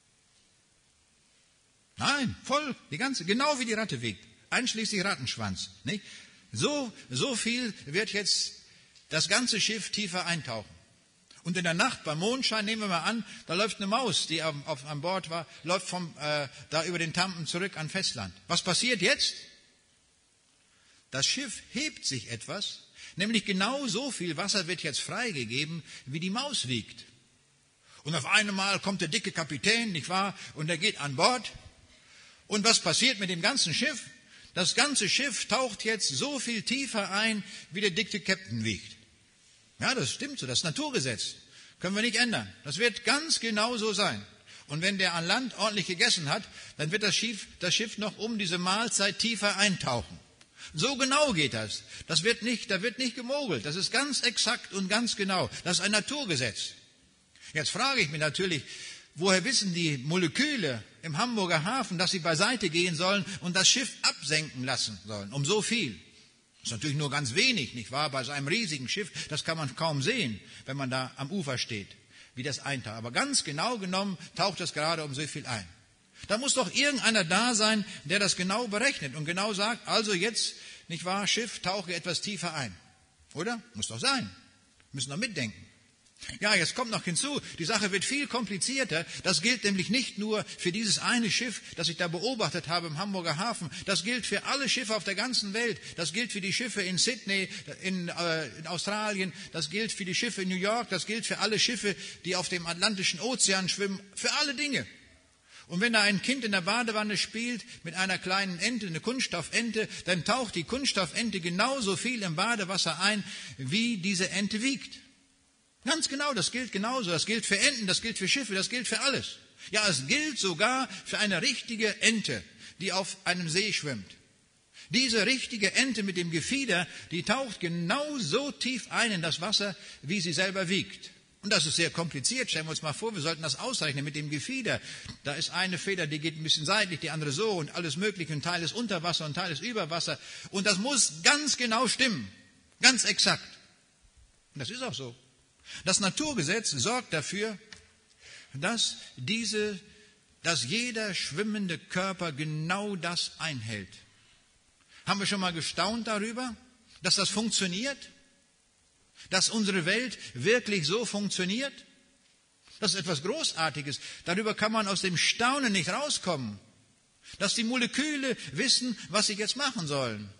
Speaker 1: Nein, voll, die ganze, genau wie die Ratte wiegt. Einschließlich Rattenschwanz. Nicht? So, so viel wird jetzt das ganze Schiff tiefer eintauchen. Und in der Nacht, beim Mondschein, nehmen wir mal an, da läuft eine Maus, die auf, auf, an Bord war, läuft vom, äh, da über den Tampen zurück an Festland. Was passiert jetzt? Das Schiff hebt sich etwas, nämlich genau so viel Wasser wird jetzt freigegeben, wie die Maus wiegt. Und auf einmal kommt der dicke Kapitän, nicht wahr? Und er geht an Bord. Und was passiert mit dem ganzen Schiff? Das ganze Schiff taucht jetzt so viel tiefer ein, wie der dicke Captain wiegt. Ja, das stimmt so, das ist Naturgesetz. Können wir nicht ändern. Das wird ganz genau so sein. Und wenn der an Land ordentlich gegessen hat, dann wird das Schiff, das Schiff noch um diese Mahlzeit tiefer eintauchen. So genau geht das. Das wird nicht, da wird nicht gemogelt. Das ist ganz exakt und ganz genau. Das ist ein Naturgesetz. Jetzt frage ich mich natürlich, woher wissen die Moleküle im Hamburger Hafen, dass sie beiseite gehen sollen und das Schiff absenken lassen sollen, um so viel? Das ist natürlich nur ganz wenig, nicht wahr? Bei so einem riesigen Schiff, das kann man kaum sehen, wenn man da am Ufer steht, wie das eintaucht. Aber ganz genau genommen taucht das gerade um so viel ein. Da muss doch irgendeiner da sein, der das genau berechnet und genau sagt, also jetzt, nicht wahr, Schiff, tauche etwas tiefer ein. Oder? Muss doch sein. Wir müssen doch mitdenken. Ja, jetzt kommt noch hinzu, die Sache wird viel komplizierter. Das gilt nämlich nicht nur für dieses eine Schiff, das ich da beobachtet habe im Hamburger Hafen. Das gilt für alle Schiffe auf der ganzen Welt. Das gilt für die Schiffe in Sydney, in, äh, in Australien. Das gilt für die Schiffe in New York. Das gilt für alle Schiffe, die auf dem Atlantischen Ozean schwimmen. Für alle Dinge. Und wenn da ein Kind in der Badewanne spielt mit einer kleinen Ente, eine Kunststoffente, dann taucht die Kunststoffente genauso viel im Badewasser ein, wie diese Ente wiegt. Ganz genau, das gilt genauso. Das gilt für Enten, das gilt für Schiffe, das gilt für alles. Ja, es gilt sogar für eine richtige Ente, die auf einem See schwimmt. Diese richtige Ente mit dem Gefieder, die taucht genau so tief ein in das Wasser, wie sie selber wiegt. Und das ist sehr kompliziert. Stellen wir uns mal vor, wir sollten das ausrechnen mit dem Gefieder. Da ist eine Feder, die geht ein bisschen seitlich, die andere so und alles Mögliche. Ein Teil ist unter Wasser und ein Teil ist über Wasser. Und das muss ganz genau stimmen. Ganz exakt. Und das ist auch so. Das Naturgesetz sorgt dafür, dass diese, dass jeder schwimmende Körper genau das einhält. Haben wir schon mal gestaunt darüber, dass das funktioniert? Dass unsere Welt wirklich so funktioniert? Das ist etwas Großartiges. Darüber kann man aus dem Staunen nicht rauskommen. Dass die Moleküle wissen, was sie jetzt machen sollen.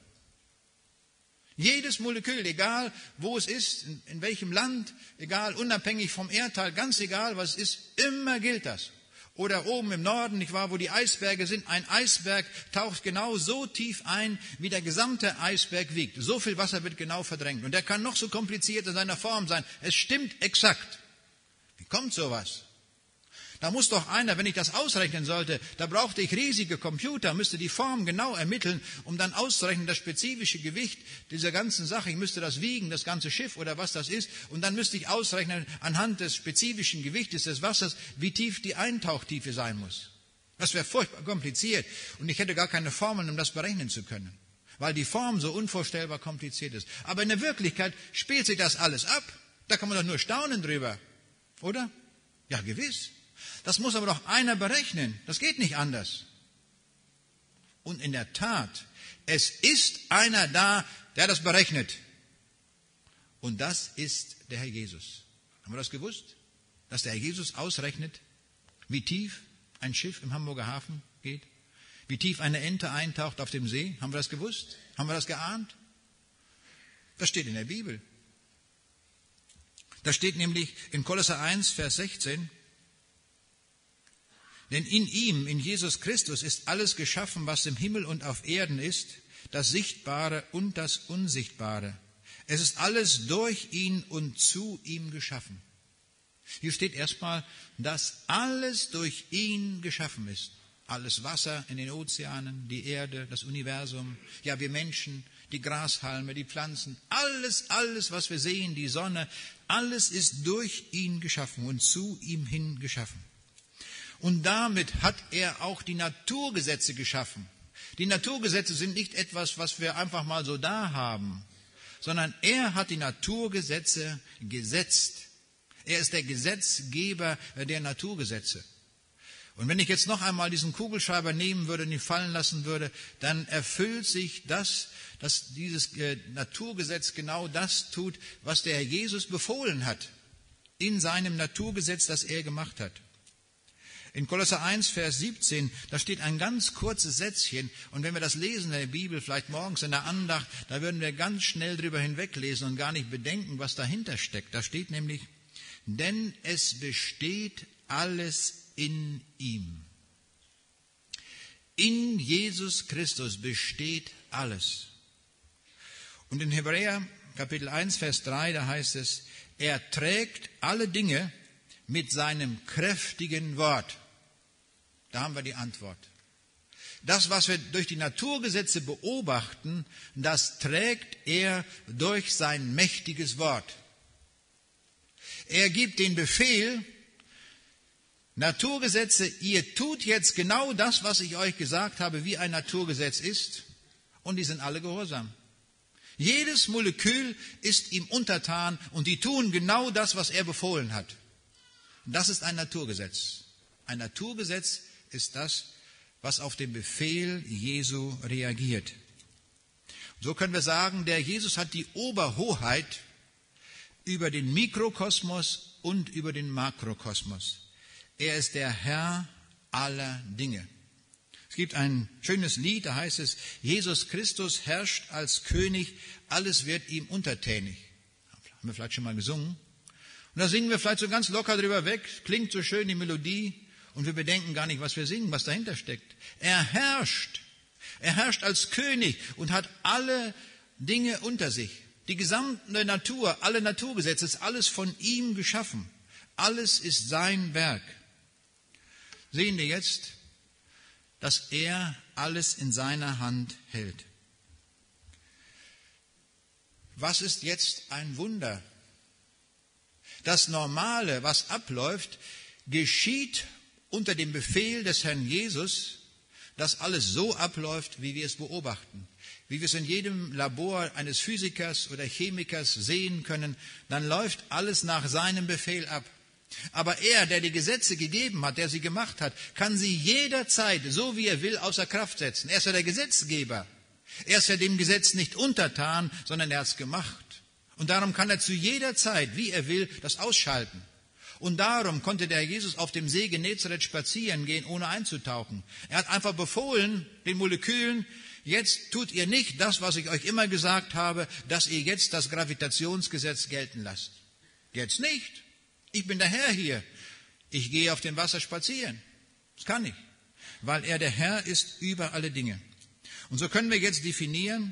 Speaker 1: Jedes Molekül, egal wo es ist, in, in welchem Land, egal, unabhängig vom Erdteil, ganz egal, was es ist, immer gilt das. Oder oben im Norden, nicht wahr, wo die Eisberge sind, ein Eisberg taucht genau so tief ein, wie der gesamte Eisberg wiegt. So viel Wasser wird genau verdrängt. Und der kann noch so kompliziert in seiner Form sein. Es stimmt exakt. Wie kommt sowas? Da muss doch einer, wenn ich das ausrechnen sollte, da brauchte ich riesige Computer, müsste die Form genau ermitteln, um dann auszurechnen, das spezifische Gewicht dieser ganzen Sache. Ich müsste das wiegen, das ganze Schiff oder was das ist. Und dann müsste ich ausrechnen, anhand des spezifischen Gewichtes des Wassers, wie tief die Eintauchtiefe sein muss. Das wäre furchtbar kompliziert. Und ich hätte gar keine Formeln, um das berechnen zu können. Weil die Form so unvorstellbar kompliziert ist. Aber in der Wirklichkeit spielt sich das alles ab. Da kann man doch nur staunen drüber. Oder? Ja, gewiss. Das muss aber doch einer berechnen. Das geht nicht anders. Und in der Tat, es ist einer da, der das berechnet. Und das ist der Herr Jesus. Haben wir das gewusst? Dass der Herr Jesus ausrechnet, wie tief ein Schiff im Hamburger Hafen geht? Wie tief eine Ente eintaucht auf dem See? Haben wir das gewusst? Haben wir das geahnt? Das steht in der Bibel. Da steht nämlich in Kolosser eins, Vers sechzehn, denn in ihm, in Jesus Christus, ist alles geschaffen, was im Himmel und auf Erden ist, das Sichtbare und das Unsichtbare. Es ist alles durch ihn und zu ihm geschaffen. Hier steht erstmal, dass alles durch ihn geschaffen ist. Alles Wasser in den Ozeanen, die Erde, das Universum, ja wir Menschen, die Grashalme, die Pflanzen, alles, alles, was wir sehen, die Sonne, alles ist durch ihn geschaffen und zu ihm hin geschaffen. Und damit hat er auch die Naturgesetze geschaffen. Die Naturgesetze sind nicht etwas, was wir einfach mal so da haben, sondern er hat die Naturgesetze gesetzt. Er ist der Gesetzgeber der Naturgesetze. Und wenn ich jetzt noch einmal diesen Kugelschreiber nehmen würde und ihn fallen lassen würde, dann erfüllt sich das, dass dieses Naturgesetz genau das tut, was der Herr Jesus befohlen hat, in seinem Naturgesetz, das er gemacht hat. In Kolosser eins, Vers siebzehn, da steht ein ganz kurzes Sätzchen. Und wenn wir das lesen in der Bibel, vielleicht morgens in der Andacht, da würden wir ganz schnell drüber hinweglesen und gar nicht bedenken, was dahinter steckt. Da steht nämlich, denn es besteht alles in ihm. In Jesus Christus besteht alles. Und in Hebräer Kapitel eins, Vers drei, da heißt es, er trägt alle Dinge mit seinem kräftigen Wort. Da haben wir die Antwort. Das, was wir durch die Naturgesetze beobachten, das trägt er durch sein mächtiges Wort. Er gibt den Befehl, Naturgesetze, ihr tut jetzt genau das, was ich euch gesagt habe, wie ein Naturgesetz ist, und die sind alle gehorsam. Jedes Molekül ist ihm untertan und die tun genau das, was er befohlen hat. Das ist ein Naturgesetz. Ein Naturgesetz ist das, was auf den Befehl Jesu reagiert. So können wir sagen, der Jesus hat die Oberhoheit über den Mikrokosmos und über den Makrokosmos. Er ist der Herr aller Dinge. Es gibt ein schönes Lied, da heißt es, Jesus Christus herrscht als König, alles wird ihm untertänig. Haben wir vielleicht schon mal gesungen. Und da singen wir vielleicht so ganz locker drüber weg, klingt so schön die Melodie. Und wir bedenken gar nicht, was wir singen, was dahinter steckt. Er herrscht. Er herrscht als König und hat alle Dinge unter sich. Die gesamte Natur, alle Naturgesetze, ist alles von ihm geschaffen. Alles ist sein Werk. Sehen wir jetzt, dass er alles in seiner Hand hält. Was ist jetzt ein Wunder? Das Normale, was abläuft, geschieht unter dem Befehl des Herrn Jesus, dass alles so abläuft, wie wir es beobachten. Wie wir es in jedem Labor eines Physikers oder Chemikers sehen können, dann läuft alles nach seinem Befehl ab. Aber er, der die Gesetze gegeben hat, der sie gemacht hat, kann sie jederzeit, so wie er will, außer Kraft setzen. Er ist ja der Gesetzgeber. Er ist ja dem Gesetz nicht untertan, sondern er hat es gemacht. Und darum kann er zu jeder Zeit, wie er will, das ausschalten. Und darum konnte der Jesus auf dem See Genezareth spazieren gehen, ohne einzutauchen. Er hat einfach befohlen, den Molekülen, jetzt tut ihr nicht das, was ich euch immer gesagt habe, dass ihr jetzt das Gravitationsgesetz gelten lasst. Jetzt nicht. Ich bin der Herr hier. Ich gehe auf dem Wasser spazieren. Das kann ich, weil er der Herr ist über alle Dinge. Und so können wir jetzt definieren,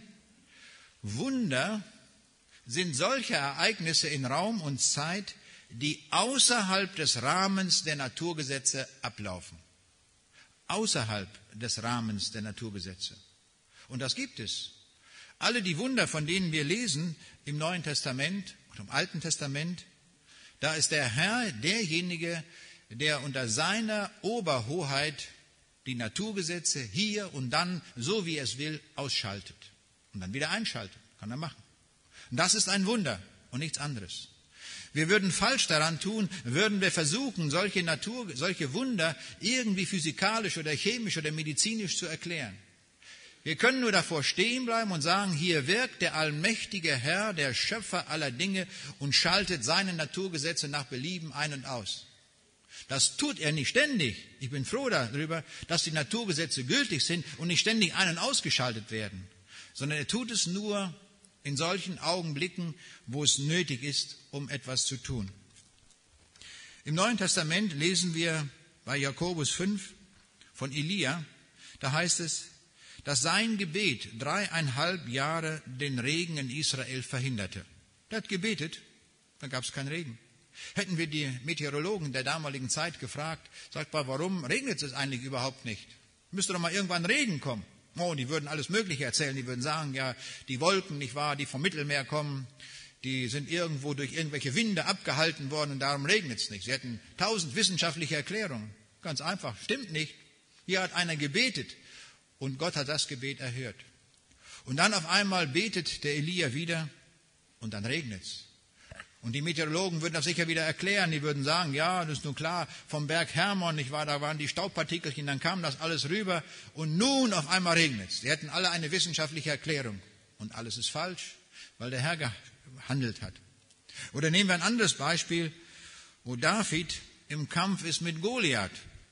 Speaker 1: Wunder sind solche Ereignisse in Raum und Zeit, die außerhalb des Rahmens der Naturgesetze ablaufen. Außerhalb des Rahmens der Naturgesetze. Und das gibt es. Alle die Wunder, von denen wir lesen im Neuen Testament und im Alten Testament, da ist der Herr derjenige, der unter seiner Oberhoheit die Naturgesetze hier und dann, so wie er es will, ausschaltet und dann wieder einschaltet. Kann er machen. Und das ist ein Wunder und nichts anderes. Wir würden falsch daran tun, würden wir versuchen, solche Natur, solche Wunder irgendwie physikalisch oder chemisch oder medizinisch zu erklären. Wir können nur davor stehen bleiben und sagen, hier wirkt der allmächtige Herr, der Schöpfer aller Dinge und schaltet seine Naturgesetze nach Belieben ein und aus. Das tut er nicht ständig. Ich bin froh darüber, dass die Naturgesetze gültig sind und nicht ständig ein- und ausgeschaltet werden, sondern er tut es nur in solchen Augenblicken, wo es nötig ist, um etwas zu tun. Im Neuen Testament lesen wir bei Jakobus fünf von Elia, da heißt es, dass sein Gebet dreieinhalb Jahre den Regen in Israel verhinderte. Er hat gebetet, dann gab es keinen Regen. Hätten wir die Meteorologen der damaligen Zeit gefragt, sagt mal, warum regnet es eigentlich überhaupt nicht? Müsste doch mal irgendwann Regen kommen. Oh, die würden alles Mögliche erzählen. Die würden sagen, ja, die Wolken, nicht wahr, die vom Mittelmeer kommen, die sind irgendwo durch irgendwelche Winde abgehalten worden und darum regnet es nicht. Sie hätten tausend wissenschaftliche Erklärungen. Ganz einfach, stimmt nicht. Hier hat einer gebetet und Gott hat das Gebet erhört. Und dann auf einmal betet der Elia wieder und dann regnet es. Und die Meteorologen würden das sicher wieder erklären. Die würden sagen, ja, das ist nun klar, vom Berg Hermon, nicht wahr, da waren die Staubpartikelchen, dann kam das alles rüber und nun auf einmal regnet es. Die hätten alle eine wissenschaftliche Erklärung. Und alles ist falsch, weil der Herr gehandelt hat. Oder nehmen wir ein anderes Beispiel, wo David im Kampf ist mit Goliath.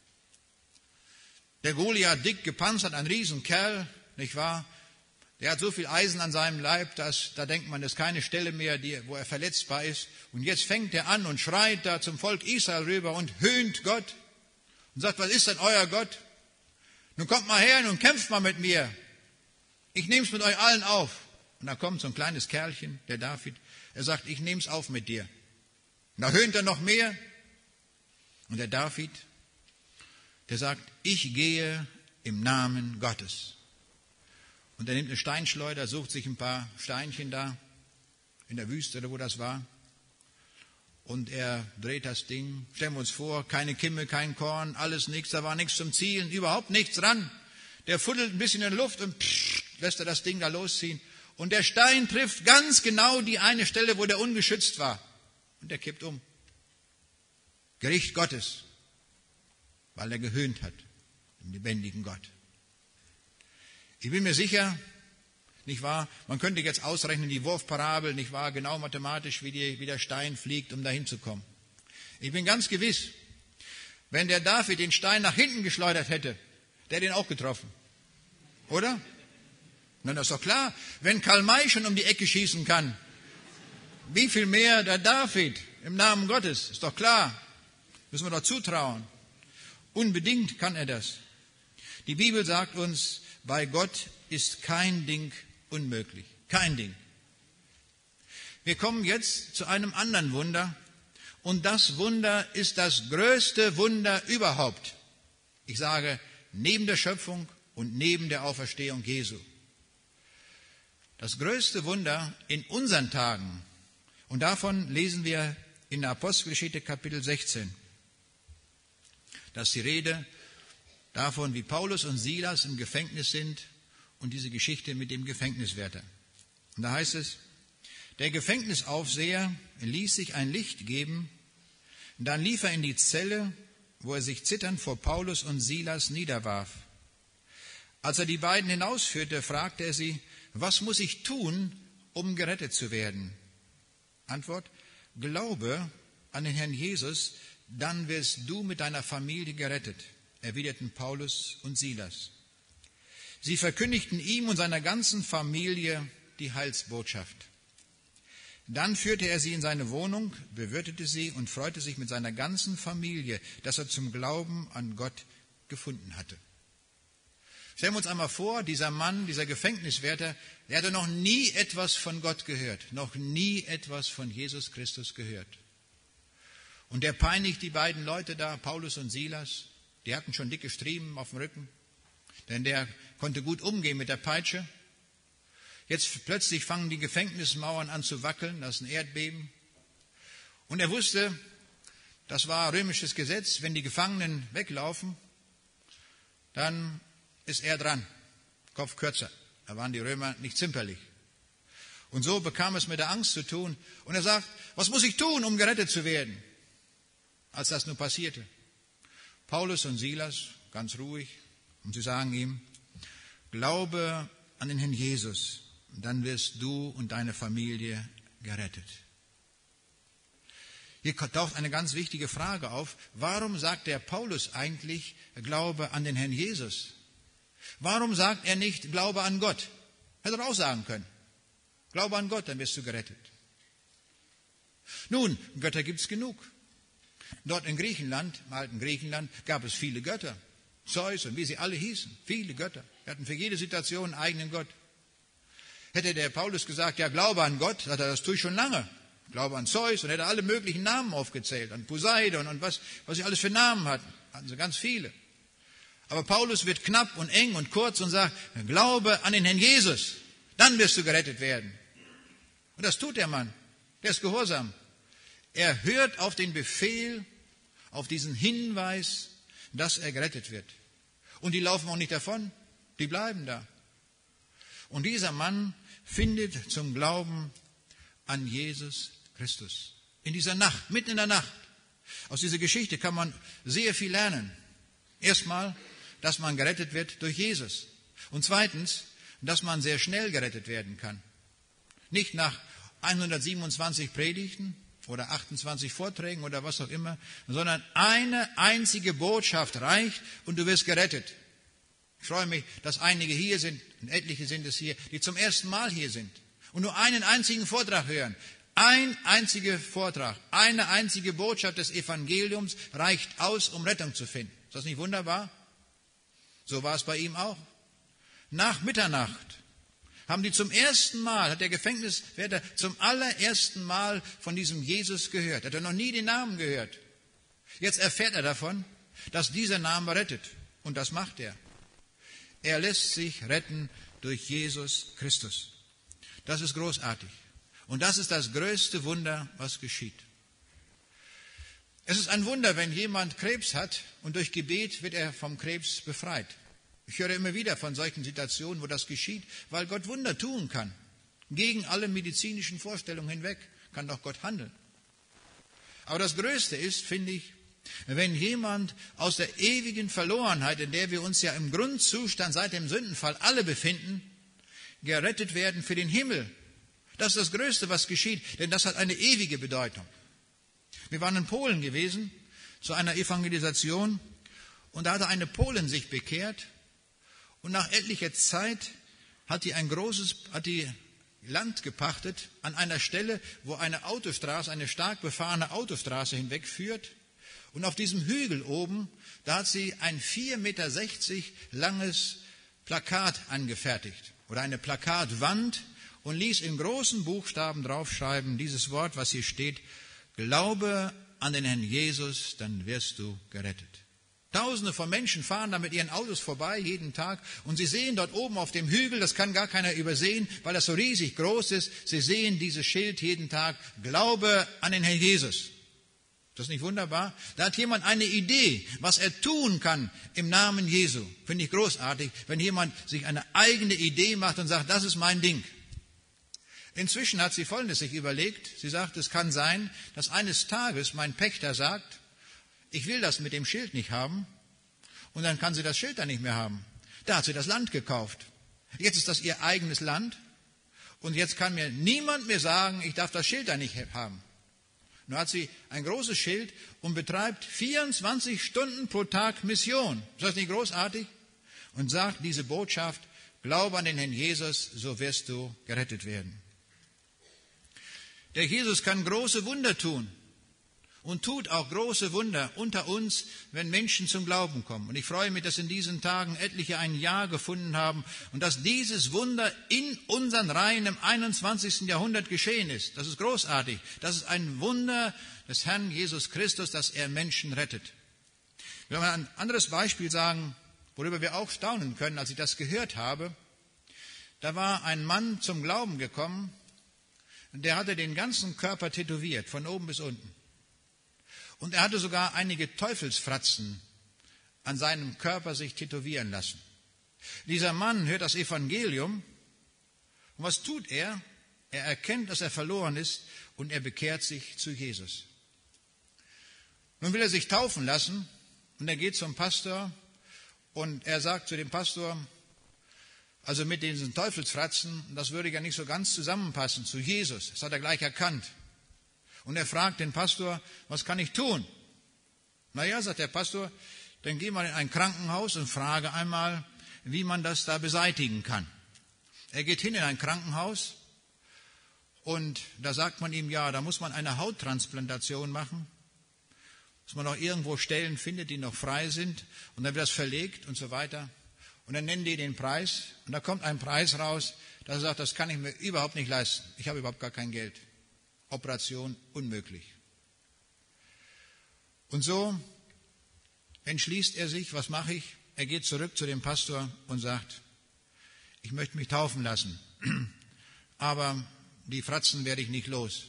Speaker 1: Der Goliath, dick gepanzert, ein Riesenkerl, nicht wahr? Der hat so viel Eisen an seinem Leib, dass da denkt man, es ist keine Stelle mehr, die, wo er verletzbar ist. Und jetzt fängt er an und schreit da zum Volk Israel rüber und höhnt Gott und sagt, was ist denn euer Gott? Nun kommt mal her und kämpft mal mit mir. Ich nehme es mit euch allen auf. Und da kommt so ein kleines Kerlchen, der David. Er sagt, ich nehme es auf mit dir. Und da höhnt er noch mehr. Und der David, der sagt, ich gehe im Namen Gottes. Und er nimmt eine Steinschleuder, sucht sich ein paar Steinchen da in der Wüste oder wo das war. Und er dreht das Ding. Stellen wir uns vor, keine Kimme, kein Korn, alles nichts, da war nichts zum Zielen, überhaupt nichts dran. Der fuddelt ein bisschen in der Luft und pssst, lässt er das Ding da losziehen. Und der Stein trifft ganz genau die eine Stelle, wo der ungeschützt war. Und der kippt um. Gericht Gottes, weil er gehöhnt hat, dem lebendigen Gott. Ich bin mir sicher, nicht wahr, man könnte jetzt ausrechnen, die Wurfparabel, nicht wahr, genau mathematisch, wie, die, wie der Stein fliegt, um dahin zu kommen. Ich bin ganz gewiss, wenn der David den Stein nach hinten geschleudert hätte, der hätte ihn auch getroffen. Oder? Na, das ist doch klar. Wenn Karl May schon um die Ecke schießen kann, wie viel mehr der David im Namen Gottes, ist doch klar. Müssen wir doch zutrauen. Unbedingt kann er das. Die Bibel sagt uns, bei Gott ist kein Ding unmöglich. Kein Ding. Wir kommen jetzt zu einem anderen Wunder. Und das Wunder ist das größte Wunder überhaupt. Ich sage, neben der Schöpfung und neben der Auferstehung Jesu. Das größte Wunder in unseren Tagen. Und davon lesen wir in der Apostelgeschichte Kapitel sechzehn. Das ist die Rede davon, wie Paulus und Silas im Gefängnis sind und diese Geschichte mit dem Gefängniswärter. Und da heißt es, der Gefängnisaufseher ließ sich ein Licht geben, dann lief er in die Zelle, wo er sich zitternd vor Paulus und Silas niederwarf. Als er die beiden hinausführte, fragte er sie, was muss ich tun, um gerettet zu werden? Antwort, glaube an den Herrn Jesus, dann wirst du mit deiner Familie gerettet, erwiderten Paulus und Silas. Sie verkündigten ihm und seiner ganzen Familie die Heilsbotschaft. Dann führte er sie in seine Wohnung, bewirtete sie und freute sich mit seiner ganzen Familie, dass er zum Glauben an Gott gefunden hatte. Stellen wir uns einmal vor, dieser Mann, dieser Gefängniswärter, der hatte noch nie etwas von Gott gehört, noch nie etwas von Jesus Christus gehört. Und der peinigt die beiden Leute da, Paulus und Silas, die hatten schon dicke Striemen auf dem Rücken, denn der konnte gut umgehen mit der Peitsche. Jetzt plötzlich fangen die Gefängnismauern an zu wackeln, das ist ein Erdbeben. Und er wusste, das war römisches Gesetz, wenn die Gefangenen weglaufen, dann ist er dran, Kopf kürzer. Da waren die Römer nicht zimperlich. Und so bekam es mit der Angst zu tun. Und er sagt, was muss ich tun, um gerettet zu werden? Als das nun passierte. Paulus und Silas, ganz ruhig, und sie sagen ihm, glaube an den Herrn Jesus, dann wirst du und deine Familie gerettet. Hier taucht eine ganz wichtige Frage auf. Warum sagt der Paulus eigentlich, glaube an den Herrn Jesus? Warum sagt er nicht, glaube an Gott? Hätte er auch sagen können. Glaube an Gott, dann wirst du gerettet. Nun, Götter gibt es genug. Dort in Griechenland, im alten Griechenland, gab es viele Götter. Zeus und wie sie alle hießen, viele Götter. Wir hatten für jede Situation einen eigenen Gott. Hätte der Paulus gesagt, ja, glaube an Gott, sagt er, das tue ich schon lange. Glaube an Zeus und hätte alle möglichen Namen aufgezählt, an Poseidon und was, was sie alles für Namen hatten. Hatten sie ganz viele. Aber Paulus wird knapp und eng und kurz und sagt, glaube an den Herrn Jesus, dann wirst du gerettet werden. Und das tut der Mann. Der ist gehorsam. Er hört auf den Befehl, auf diesen Hinweis, dass er gerettet wird. Und die laufen auch nicht davon, die bleiben da. Und dieser Mann findet zum Glauben an Jesus Christus. In dieser Nacht, mitten in der Nacht. Aus dieser Geschichte kann man sehr viel lernen. Erstmal, dass man gerettet wird durch Jesus. Und zweitens, dass man sehr schnell gerettet werden kann. Nicht nach hundertsiebenundzwanzig Predigten oder achtundzwanzig Vorträgen oder was auch immer, sondern eine einzige Botschaft reicht und du wirst gerettet. Ich freue mich, dass einige hier sind, und etliche sind es hier, die zum ersten Mal hier sind und nur einen einzigen Vortrag hören. Ein einziger Vortrag, eine einzige Botschaft des Evangeliums reicht aus, um Rettung zu finden. Ist das nicht wunderbar? So war es bei ihm auch. Nach Mitternacht haben die zum ersten Mal, hat der Gefängniswärter zum allerersten Mal von diesem Jesus gehört. Hat er noch nie den Namen gehört. Jetzt erfährt er davon, dass dieser Name rettet. Und das macht er. Er lässt sich retten durch Jesus Christus. Das ist großartig. Und das ist das größte Wunder, was geschieht. Es ist ein Wunder, wenn jemand Krebs hat und durch Gebet wird er vom Krebs befreit. Ich höre immer wieder von solchen Situationen, wo das geschieht, weil Gott Wunder tun kann. Gegen alle medizinischen Vorstellungen hinweg kann doch Gott handeln. Aber das Größte ist, finde ich, wenn jemand aus der ewigen Verlorenheit, in der wir uns ja im Grundzustand seit dem Sündenfall alle befinden, gerettet werden für den Himmel. Das ist das Größte, was geschieht, denn das hat eine ewige Bedeutung. Wir waren in Polen gewesen, zu einer Evangelisation, und da hatte eine Polin sich bekehrt, und nach etlicher Zeit hat die ein großes, hat die Land gepachtet an einer Stelle, wo eine Autostraße, eine stark befahrene Autostraße hinwegführt. Und auf diesem Hügel oben, da hat sie ein vier Meter sechzig langes Plakat angefertigt oder eine Plakatwand und ließ in großen Buchstaben draufschreiben, dieses Wort, was hier steht: Glaube an den Herrn Jesus, dann wirst du gerettet. Tausende von Menschen fahren da mit ihren Autos vorbei jeden Tag und sie sehen dort oben auf dem Hügel, das kann gar keiner übersehen, weil das so riesig groß ist, sie sehen dieses Schild jeden Tag: Glaube an den Herrn Jesus. Ist das nicht wunderbar? Da hat jemand eine Idee, was er tun kann im Namen Jesu. Finde ich großartig, wenn jemand sich eine eigene Idee macht und sagt, das ist mein Ding. Inzwischen hat sie Folgendes sich überlegt. Sie sagt, es kann sein, dass eines Tages mein Pächter sagt, ich will das mit dem Schild nicht haben, und dann kann sie das Schild dann nicht mehr haben. Da hat sie das Land gekauft. Jetzt ist das ihr eigenes Land und jetzt kann mir niemand mehr sagen, ich darf das Schild da nicht haben. Nun hat sie ein großes Schild und betreibt vierundzwanzig Stunden pro Tag Mission. Ist das nicht großartig? Und sagt diese Botschaft: Glaube an den Herrn Jesus, so wirst du gerettet werden. Der Jesus kann große Wunder tun und tut auch große Wunder unter uns, wenn Menschen zum Glauben kommen. Und ich freue mich, dass in diesen Tagen etliche ein Ja gefunden haben und dass dieses Wunder in unseren Reihen im einundzwanzigsten Jahrhundert geschehen ist. Das ist großartig. Das ist ein Wunder des Herrn Jesus Christus, dass er Menschen rettet. Ich will mal ein anderes Beispiel sagen, worüber wir auch staunen können, als ich das gehört habe. Da war ein Mann zum Glauben gekommen, der hatte den ganzen Körper tätowiert, von oben bis unten. Und er hatte sogar einige Teufelsfratzen an seinem Körper sich tätowieren lassen. Dieser Mann hört das Evangelium. Und was tut er? Er erkennt, dass er verloren ist und er bekehrt sich zu Jesus. Nun will er sich taufen lassen und er geht zum Pastor und er sagt zu dem Pastor, also mit diesen Teufelsfratzen, das würde ja nicht so ganz zusammenpassen zu Jesus. Das hat er gleich erkannt. Und er fragt den Pastor, was kann ich tun? Naja, sagt der Pastor, dann geh mal in ein Krankenhaus und frage einmal, wie man das da beseitigen kann. Er geht hin in ein Krankenhaus und da sagt man ihm, ja, da muss man eine Hauttransplantation machen, dass man noch irgendwo Stellen findet, die noch frei sind und dann wird das verlegt und so weiter. Und dann nennen die den Preis und da kommt ein Preis raus, da sagt, das kann ich mir überhaupt nicht leisten. Ich habe überhaupt gar kein Geld. Operation unmöglich. Und so entschließt er sich, was mache ich? Er geht zurück zu dem Pastor und sagt, ich möchte mich taufen lassen, aber die Fratzen werde ich nicht los.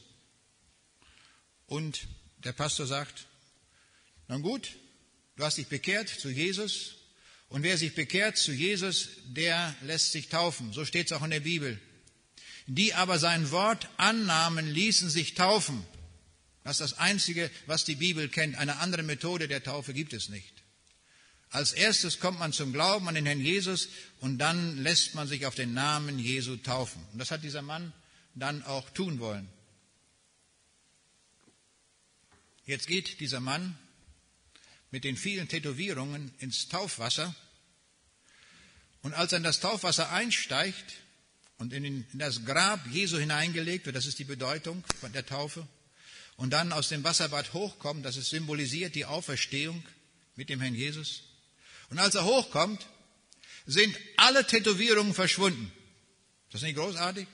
Speaker 1: Und der Pastor sagt, na gut, du hast dich bekehrt zu Jesus und wer sich bekehrt zu Jesus, der lässt sich taufen. So steht es auch in der Bibel. Die aber sein Wort annahmen, ließen sich taufen. Das ist das Einzige, was die Bibel kennt. Eine andere Methode der Taufe gibt es nicht. Als erstes kommt man zum Glauben an den Herrn Jesus und dann lässt man sich auf den Namen Jesu taufen. Und das hat dieser Mann dann auch tun wollen. Jetzt geht dieser Mann mit den vielen Tätowierungen ins Taufwasser und als er in das Taufwasser einsteigt und in, den, in das Grab Jesu hineingelegt wird, das ist die Bedeutung von der Taufe, und dann aus dem Wasserbad hochkommt, das ist symbolisiert die Auferstehung mit dem Herrn Jesus. Und als er hochkommt, sind alle Tätowierungen verschwunden. Ist das nicht großartig?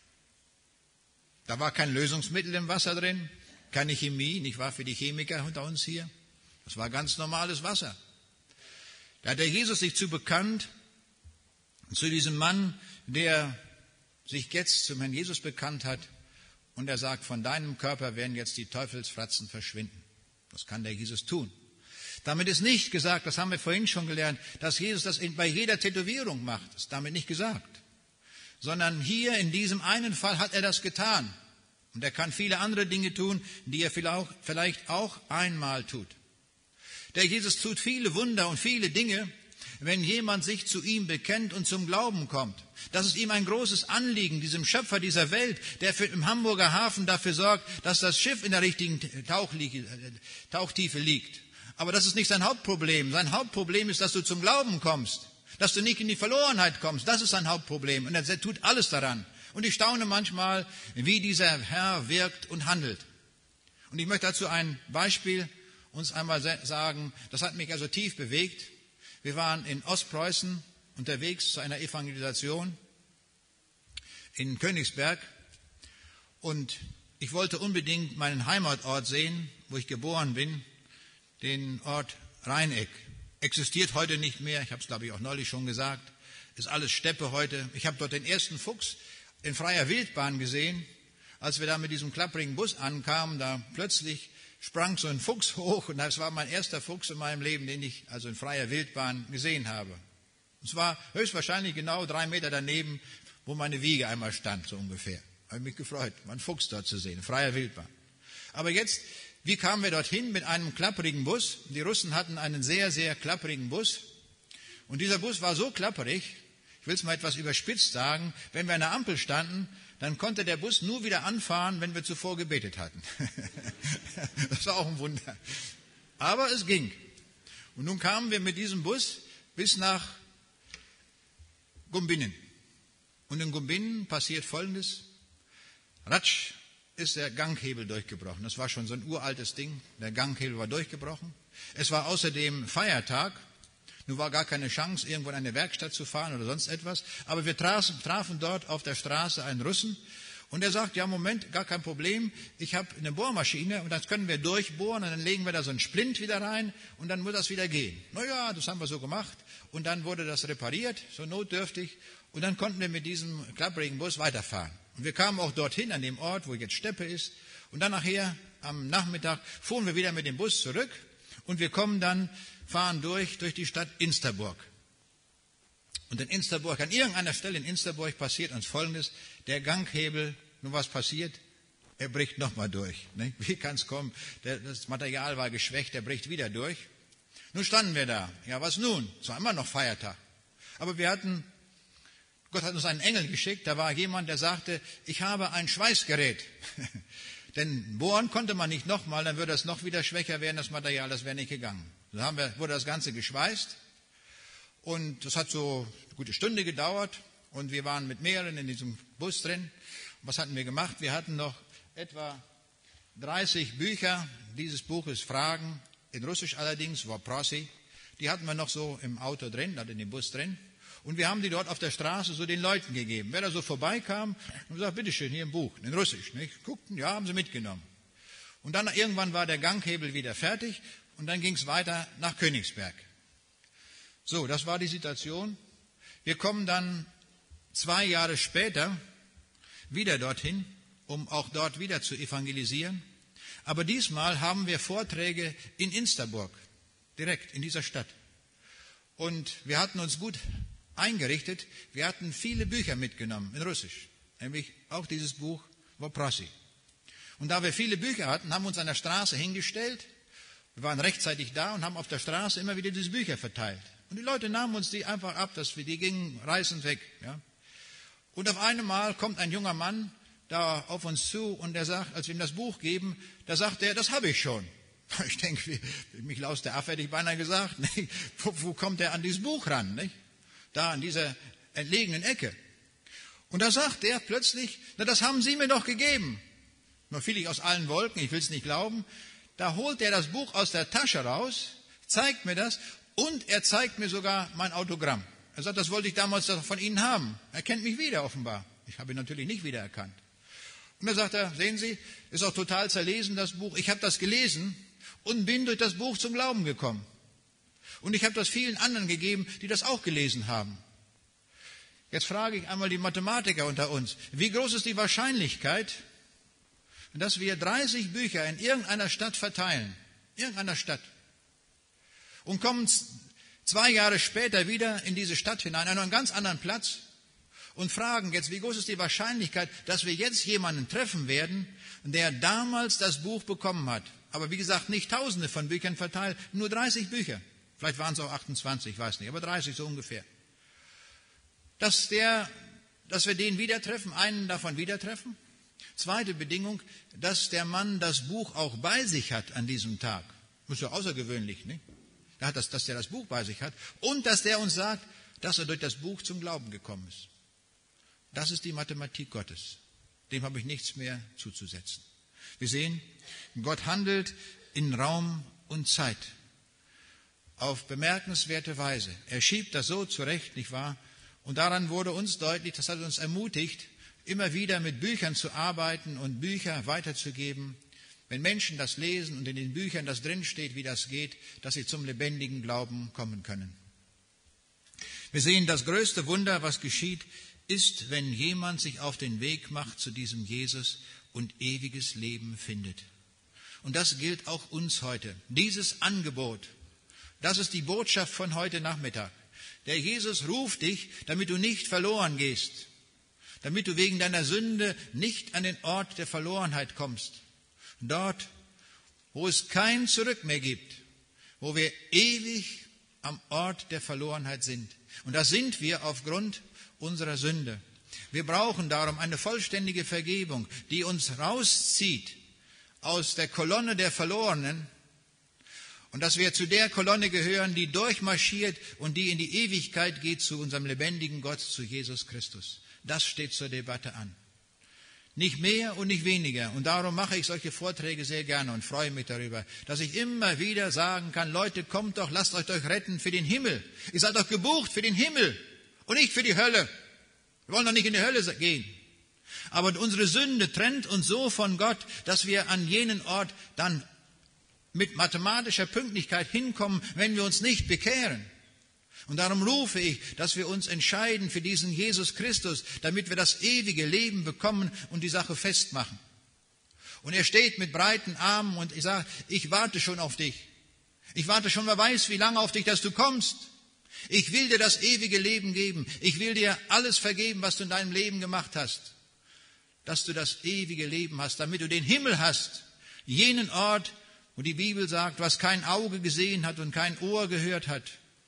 Speaker 1: Da war kein Lösungsmittel im Wasser drin, keine Chemie, nicht wahr, für die Chemiker unter uns hier. Das war ganz normales Wasser. Da hat der Jesus sich zu bekannt, zu diesem Mann, der sich jetzt zum Herrn Jesus bekannt hat, und er sagt, von deinem Körper werden jetzt die Teufelsfratzen verschwinden. Das kann der Jesus tun. Damit ist nicht gesagt, das haben wir vorhin schon gelernt, dass Jesus das bei jeder Tätowierung macht. Das ist damit nicht gesagt. Sondern hier in diesem einen Fall hat er das getan. Und er kann viele andere Dinge tun, die er vielleicht auch einmal tut. Der Jesus tut viele Wunder und viele Dinge, wenn jemand sich zu ihm bekennt und zum Glauben kommt. Das ist ihm ein großes Anliegen, diesem Schöpfer dieser Welt, der für, im Hamburger Hafen dafür sorgt, dass das Schiff in der richtigen Tauchtiefe liegt. Aber das ist nicht sein Hauptproblem. Sein Hauptproblem ist, dass du zum Glauben kommst, dass du nicht in die Verlorenheit kommst. Das ist sein Hauptproblem. Und er tut alles daran. Und ich staune manchmal, wie dieser Herr wirkt und handelt. Und ich möchte dazu ein Beispiel uns einmal sagen, das hat mich also tief bewegt. Wir waren in Ostpreußen unterwegs zu einer Evangelisation in Königsberg und ich wollte unbedingt meinen Heimatort sehen, wo ich geboren bin, den Ort Rheineck. Existiert heute nicht mehr, ich habe es glaube ich auch neulich schon gesagt, ist alles Steppe heute. Ich habe dort den ersten Fuchs in freier Wildbahn gesehen. Als wir da mit diesem klapprigen Bus ankamen, da plötzlich sprang so ein Fuchs hoch und das war mein erster Fuchs in meinem Leben, den ich also in freier Wildbahn gesehen habe. Und zwar höchstwahrscheinlich genau drei Meter daneben, wo meine Wiege einmal stand, so ungefähr. Habe mich gefreut, meinen Fuchs dort zu sehen, in freier Wildbahn. Aber jetzt, wie kamen wir dorthin? Mit einem klapprigen Bus. Die Russen hatten einen sehr, sehr klapprigen Bus. Und dieser Bus war so klapperig, ich will es mal etwas überspitzt sagen, wenn wir an der Ampel standen, dann konnte der Bus nur wieder anfahren, wenn wir zuvor gebetet hatten. Das war auch ein Wunder. Aber es ging. Und nun kamen wir mit diesem Bus bis nach Gumbinnen. Und in Gumbinnen passiert Folgendes. Ratsch ist der Ganghebel durchgebrochen. Das war schon so ein uraltes Ding. Der Ganghebel war durchgebrochen. Es war außerdem Feiertag. Nun war gar keine Chance, irgendwo in eine Werkstatt zu fahren oder sonst etwas. Aber wir trafen, trafen dort auf der Straße einen Russen. Und er sagt, ja Moment, gar kein Problem. Ich habe eine Bohrmaschine und das können wir durchbohren. Und dann legen wir da so einen Splint wieder rein und dann muss das wieder gehen. Naja, das haben wir so gemacht. Und dann wurde das repariert, so notdürftig. Und dann konnten wir mit diesem klapprigen Bus weiterfahren. Und wir kamen auch dorthin, an dem Ort, wo jetzt Steppe ist. Und dann nachher, am Nachmittag, fuhren wir wieder mit dem Bus zurück. Und wir kommen dann, fahren durch, durch die Stadt Insterburg. Und in Insterburg, an irgendeiner Stelle in Insterburg passiert uns Folgendes. Der Ganghebel, nun was passiert? Er bricht nochmal durch. Ne? Wie kann es kommen? Der, das Material war geschwächt, er bricht wieder durch. Nun standen wir da. Ja, was nun? Es war immer noch Feiertag. Aber wir hatten, Gott hat uns einen Engel geschickt, da war jemand, der sagte, ich habe ein Schweißgerät. Denn bohren konnte man nicht nochmal, dann würde es noch wieder schwächer werden, das Material, das wäre nicht gegangen. Dann haben wir, wurde das Ganze geschweißt und das hat so eine gute Stunde gedauert und wir waren mit mehreren in diesem Bus drin. Und was hatten wir gemacht? Wir hatten noch etwa dreißig Bücher dieses Buches Fragen, in Russisch allerdings, Woprosi, die hatten wir noch so im Auto drin, in dem Bus drin. Und wir haben die dort auf der Straße so den Leuten gegeben. Wer da so vorbeikam und sagt, bitteschön, hier ein Buch, in Russisch. Nicht? Guckten, ja, haben sie mitgenommen. Und dann irgendwann war der Ganghebel wieder fertig und dann ging es weiter nach Königsberg. So, das war die Situation. Wir kommen dann zwei Jahre später wieder dorthin, um auch dort wieder zu evangelisieren. Aber diesmal haben wir Vorträge in Insterburg, direkt in dieser Stadt. Und wir hatten uns gut eingerichtet. Wir hatten viele Bücher mitgenommen in Russisch, nämlich auch dieses Buch Woprosi. Und da wir viele Bücher hatten, haben wir uns an der Straße hingestellt. Wir waren rechtzeitig da und haben auf der Straße immer wieder diese Bücher verteilt. Und die Leute nahmen uns die einfach ab, dass wir die gingen reißend weg. Ja. Und auf einmal kommt ein junger Mann da auf uns zu und der sagt, als wir ihm das Buch geben, da sagt er, das habe ich schon. Ich denke, mich laus der Affe, hätte ich beinahe gesagt. Nicht? Wo, wo kommt er an dieses Buch ran? Nicht? Da an dieser entlegenen Ecke. Und da sagt er plötzlich, na, das haben Sie mir doch gegeben. Nur fiel ich aus allen Wolken, ich will es nicht glauben. Da holt er das Buch aus der Tasche raus, zeigt mir das und er zeigt mir sogar mein Autogramm. Er sagt, das wollte ich damals von Ihnen haben. Er kennt mich wieder offenbar. Ich habe ihn natürlich nicht wiedererkannt. Und da sagt er, sehen Sie, ist auch total zerlesen, das Buch. Ich habe das gelesen und bin durch das Buch zum Glauben gekommen. Und ich habe das vielen anderen gegeben, die das auch gelesen haben. Jetzt frage ich einmal die Mathematiker unter uns, wie groß ist die Wahrscheinlichkeit, dass wir dreißig Bücher in irgendeiner Stadt verteilen, irgendeiner Stadt, und kommen zwei Jahre später wieder in diese Stadt hinein, an einen ganz anderen Platz, und fragen jetzt, wie groß ist die Wahrscheinlichkeit, dass wir jetzt jemanden treffen werden, der damals das Buch bekommen hat. Aber wie gesagt, nicht Tausende von Büchern verteilt, nur dreißig Bücher. Vielleicht waren es auch achtundzwanzig, ich weiß nicht, aber dreißig so ungefähr. Dass, der, dass wir den wieder treffen, einen davon wieder treffen. Zweite Bedingung, dass der Mann das Buch auch bei sich hat an diesem Tag. Das ist ja außergewöhnlich, nicht? Dass, dass der das Buch bei sich hat. Und dass der uns sagt, dass er durch das Buch zum Glauben gekommen ist. Das ist die Mathematik Gottes. Dem habe ich nichts mehr zuzusetzen. Wir sehen, Gott handelt in Raum und Zeit. Auf bemerkenswerte Weise. Er schiebt das so zurecht, nicht wahr? Und daran wurde uns deutlich, das hat uns ermutigt, immer wieder mit Büchern zu arbeiten und Bücher weiterzugeben. Wenn Menschen das lesen und in den Büchern das drinsteht, wie das geht, dass sie zum lebendigen Glauben kommen können. Wir sehen, das größte Wunder, was geschieht, ist, wenn jemand sich auf den Weg macht zu diesem Jesus und ewiges Leben findet. Und das gilt auch uns heute. Dieses Angebot, das ist die Botschaft von heute Nachmittag. Der Jesus ruft dich, damit du nicht verloren gehst, damit du wegen deiner Sünde nicht an den Ort der Verlorenheit kommst. Dort, wo es kein Zurück mehr gibt, wo wir ewig am Ort der Verlorenheit sind. Und das sind wir aufgrund unserer Sünde. Wir brauchen darum eine vollständige Vergebung, die uns rauszieht aus der Kolonne der Verlorenen und dass wir zu der Kolonne gehören, die durchmarschiert und die in die Ewigkeit geht zu unserem lebendigen Gott, zu Jesus Christus. Das steht zur Debatte an. Nicht mehr und nicht weniger. Und darum mache ich solche Vorträge sehr gerne und freue mich darüber, dass ich immer wieder sagen kann, Leute, kommt doch, lasst euch doch retten für den Himmel. Ihr seid doch gebucht für den Himmel und nicht für die Hölle. Wir wollen doch nicht in die Hölle gehen. Aber unsere Sünde trennt uns so von Gott, dass wir an jenen Ort dann mit mathematischer Pünktlichkeit hinkommen, wenn wir uns nicht bekehren. Und darum rufe ich, dass wir uns entscheiden für diesen Jesus Christus, damit wir das ewige Leben bekommen und die Sache festmachen. Und er steht mit breiten Armen und ich sage, ich warte schon auf dich. Ich warte schon, wer weiß, wie lange auf dich, dass du kommst. Ich will dir das ewige Leben geben. Ich will dir alles vergeben, was du in deinem Leben gemacht hast. Dass du das ewige Leben hast, damit du den Himmel hast. Jenen Ort, wo die Bibel sagt, was kein Auge gesehen hat und kein Ohr gehört hat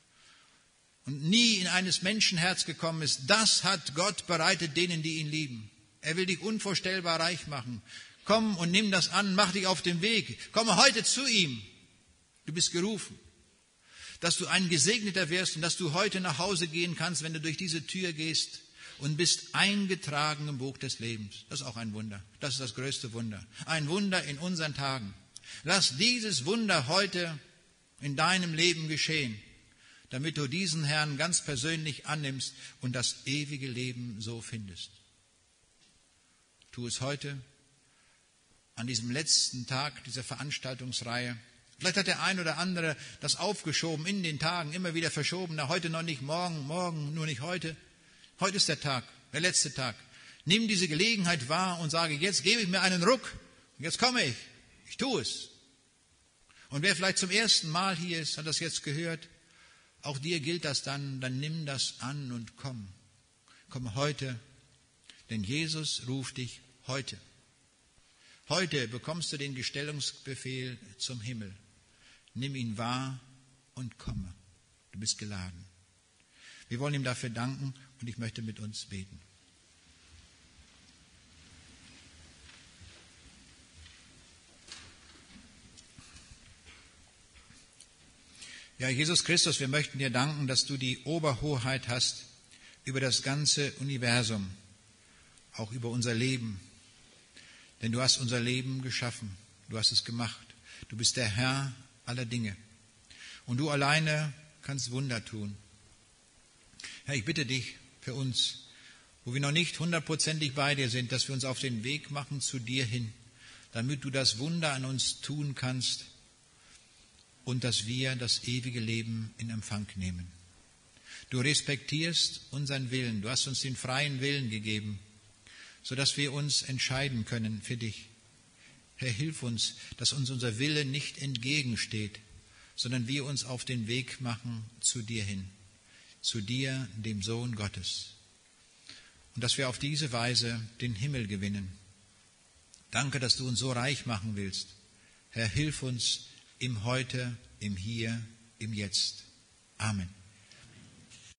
Speaker 1: und nie in eines Menschen Herz gekommen ist, das hat Gott bereitet denen, die ihn lieben. Er will dich unvorstellbar reich machen. Komm und nimm das an, mach dich auf den Weg. Komme heute zu ihm. Du bist gerufen, dass du ein Gesegneter wirst und dass du heute nach Hause gehen kannst, wenn du durch diese Tür gehst und bist eingetragen im Buch des Lebens. Das ist auch ein Wunder. Das ist das größte Wunder. Ein Wunder in unseren Tagen. Lass dieses Wunder heute in deinem Leben geschehen, damit du diesen Herrn ganz persönlich annimmst und das ewige Leben so findest. Tu es heute, an diesem letzten Tag dieser Veranstaltungsreihe. Vielleicht hat der ein oder andere das aufgeschoben, in den Tagen, immer wieder verschoben. Na, heute noch nicht, morgen, morgen, nur nicht heute. Heute ist der Tag, der letzte Tag. Nimm diese Gelegenheit wahr und sage, jetzt gebe ich mir einen Ruck. Jetzt komme ich. Ich tue es. Und wer vielleicht zum ersten Mal hier ist, hat das jetzt gehört, auch dir gilt das dann, dann nimm das an und komm. Komm heute, denn Jesus ruft dich heute. Heute bekommst du den Gestellungsbefehl zum Himmel. Nimm ihn wahr und komme. Du bist geladen. Wir wollen ihm dafür danken und ich möchte mit uns beten. Ja, Jesus Christus, wir möchten dir danken, dass du die Oberhoheit hast über das ganze Universum, auch über unser Leben. Denn du hast unser Leben geschaffen, du hast es gemacht. Du bist der Herr aller Dinge. Und du alleine kannst Wunder tun. Herr, ich bitte dich für uns, wo wir noch nicht hundertprozentig bei dir sind, dass wir uns auf den Weg machen zu dir hin, damit du das Wunder an uns tun kannst und dass wir das ewige Leben in Empfang nehmen. Du respektierst unseren Willen, du hast uns den freien Willen gegeben, sodass wir uns entscheiden können für dich. Herr, hilf uns, dass uns unser Wille nicht entgegensteht, sondern wir uns auf den Weg machen zu dir hin, zu dir, dem Sohn Gottes. Und dass wir auf diese Weise den Himmel gewinnen. Danke, dass du uns so reich machen willst. Herr, hilf uns im Heute, im Hier, im Jetzt. Amen.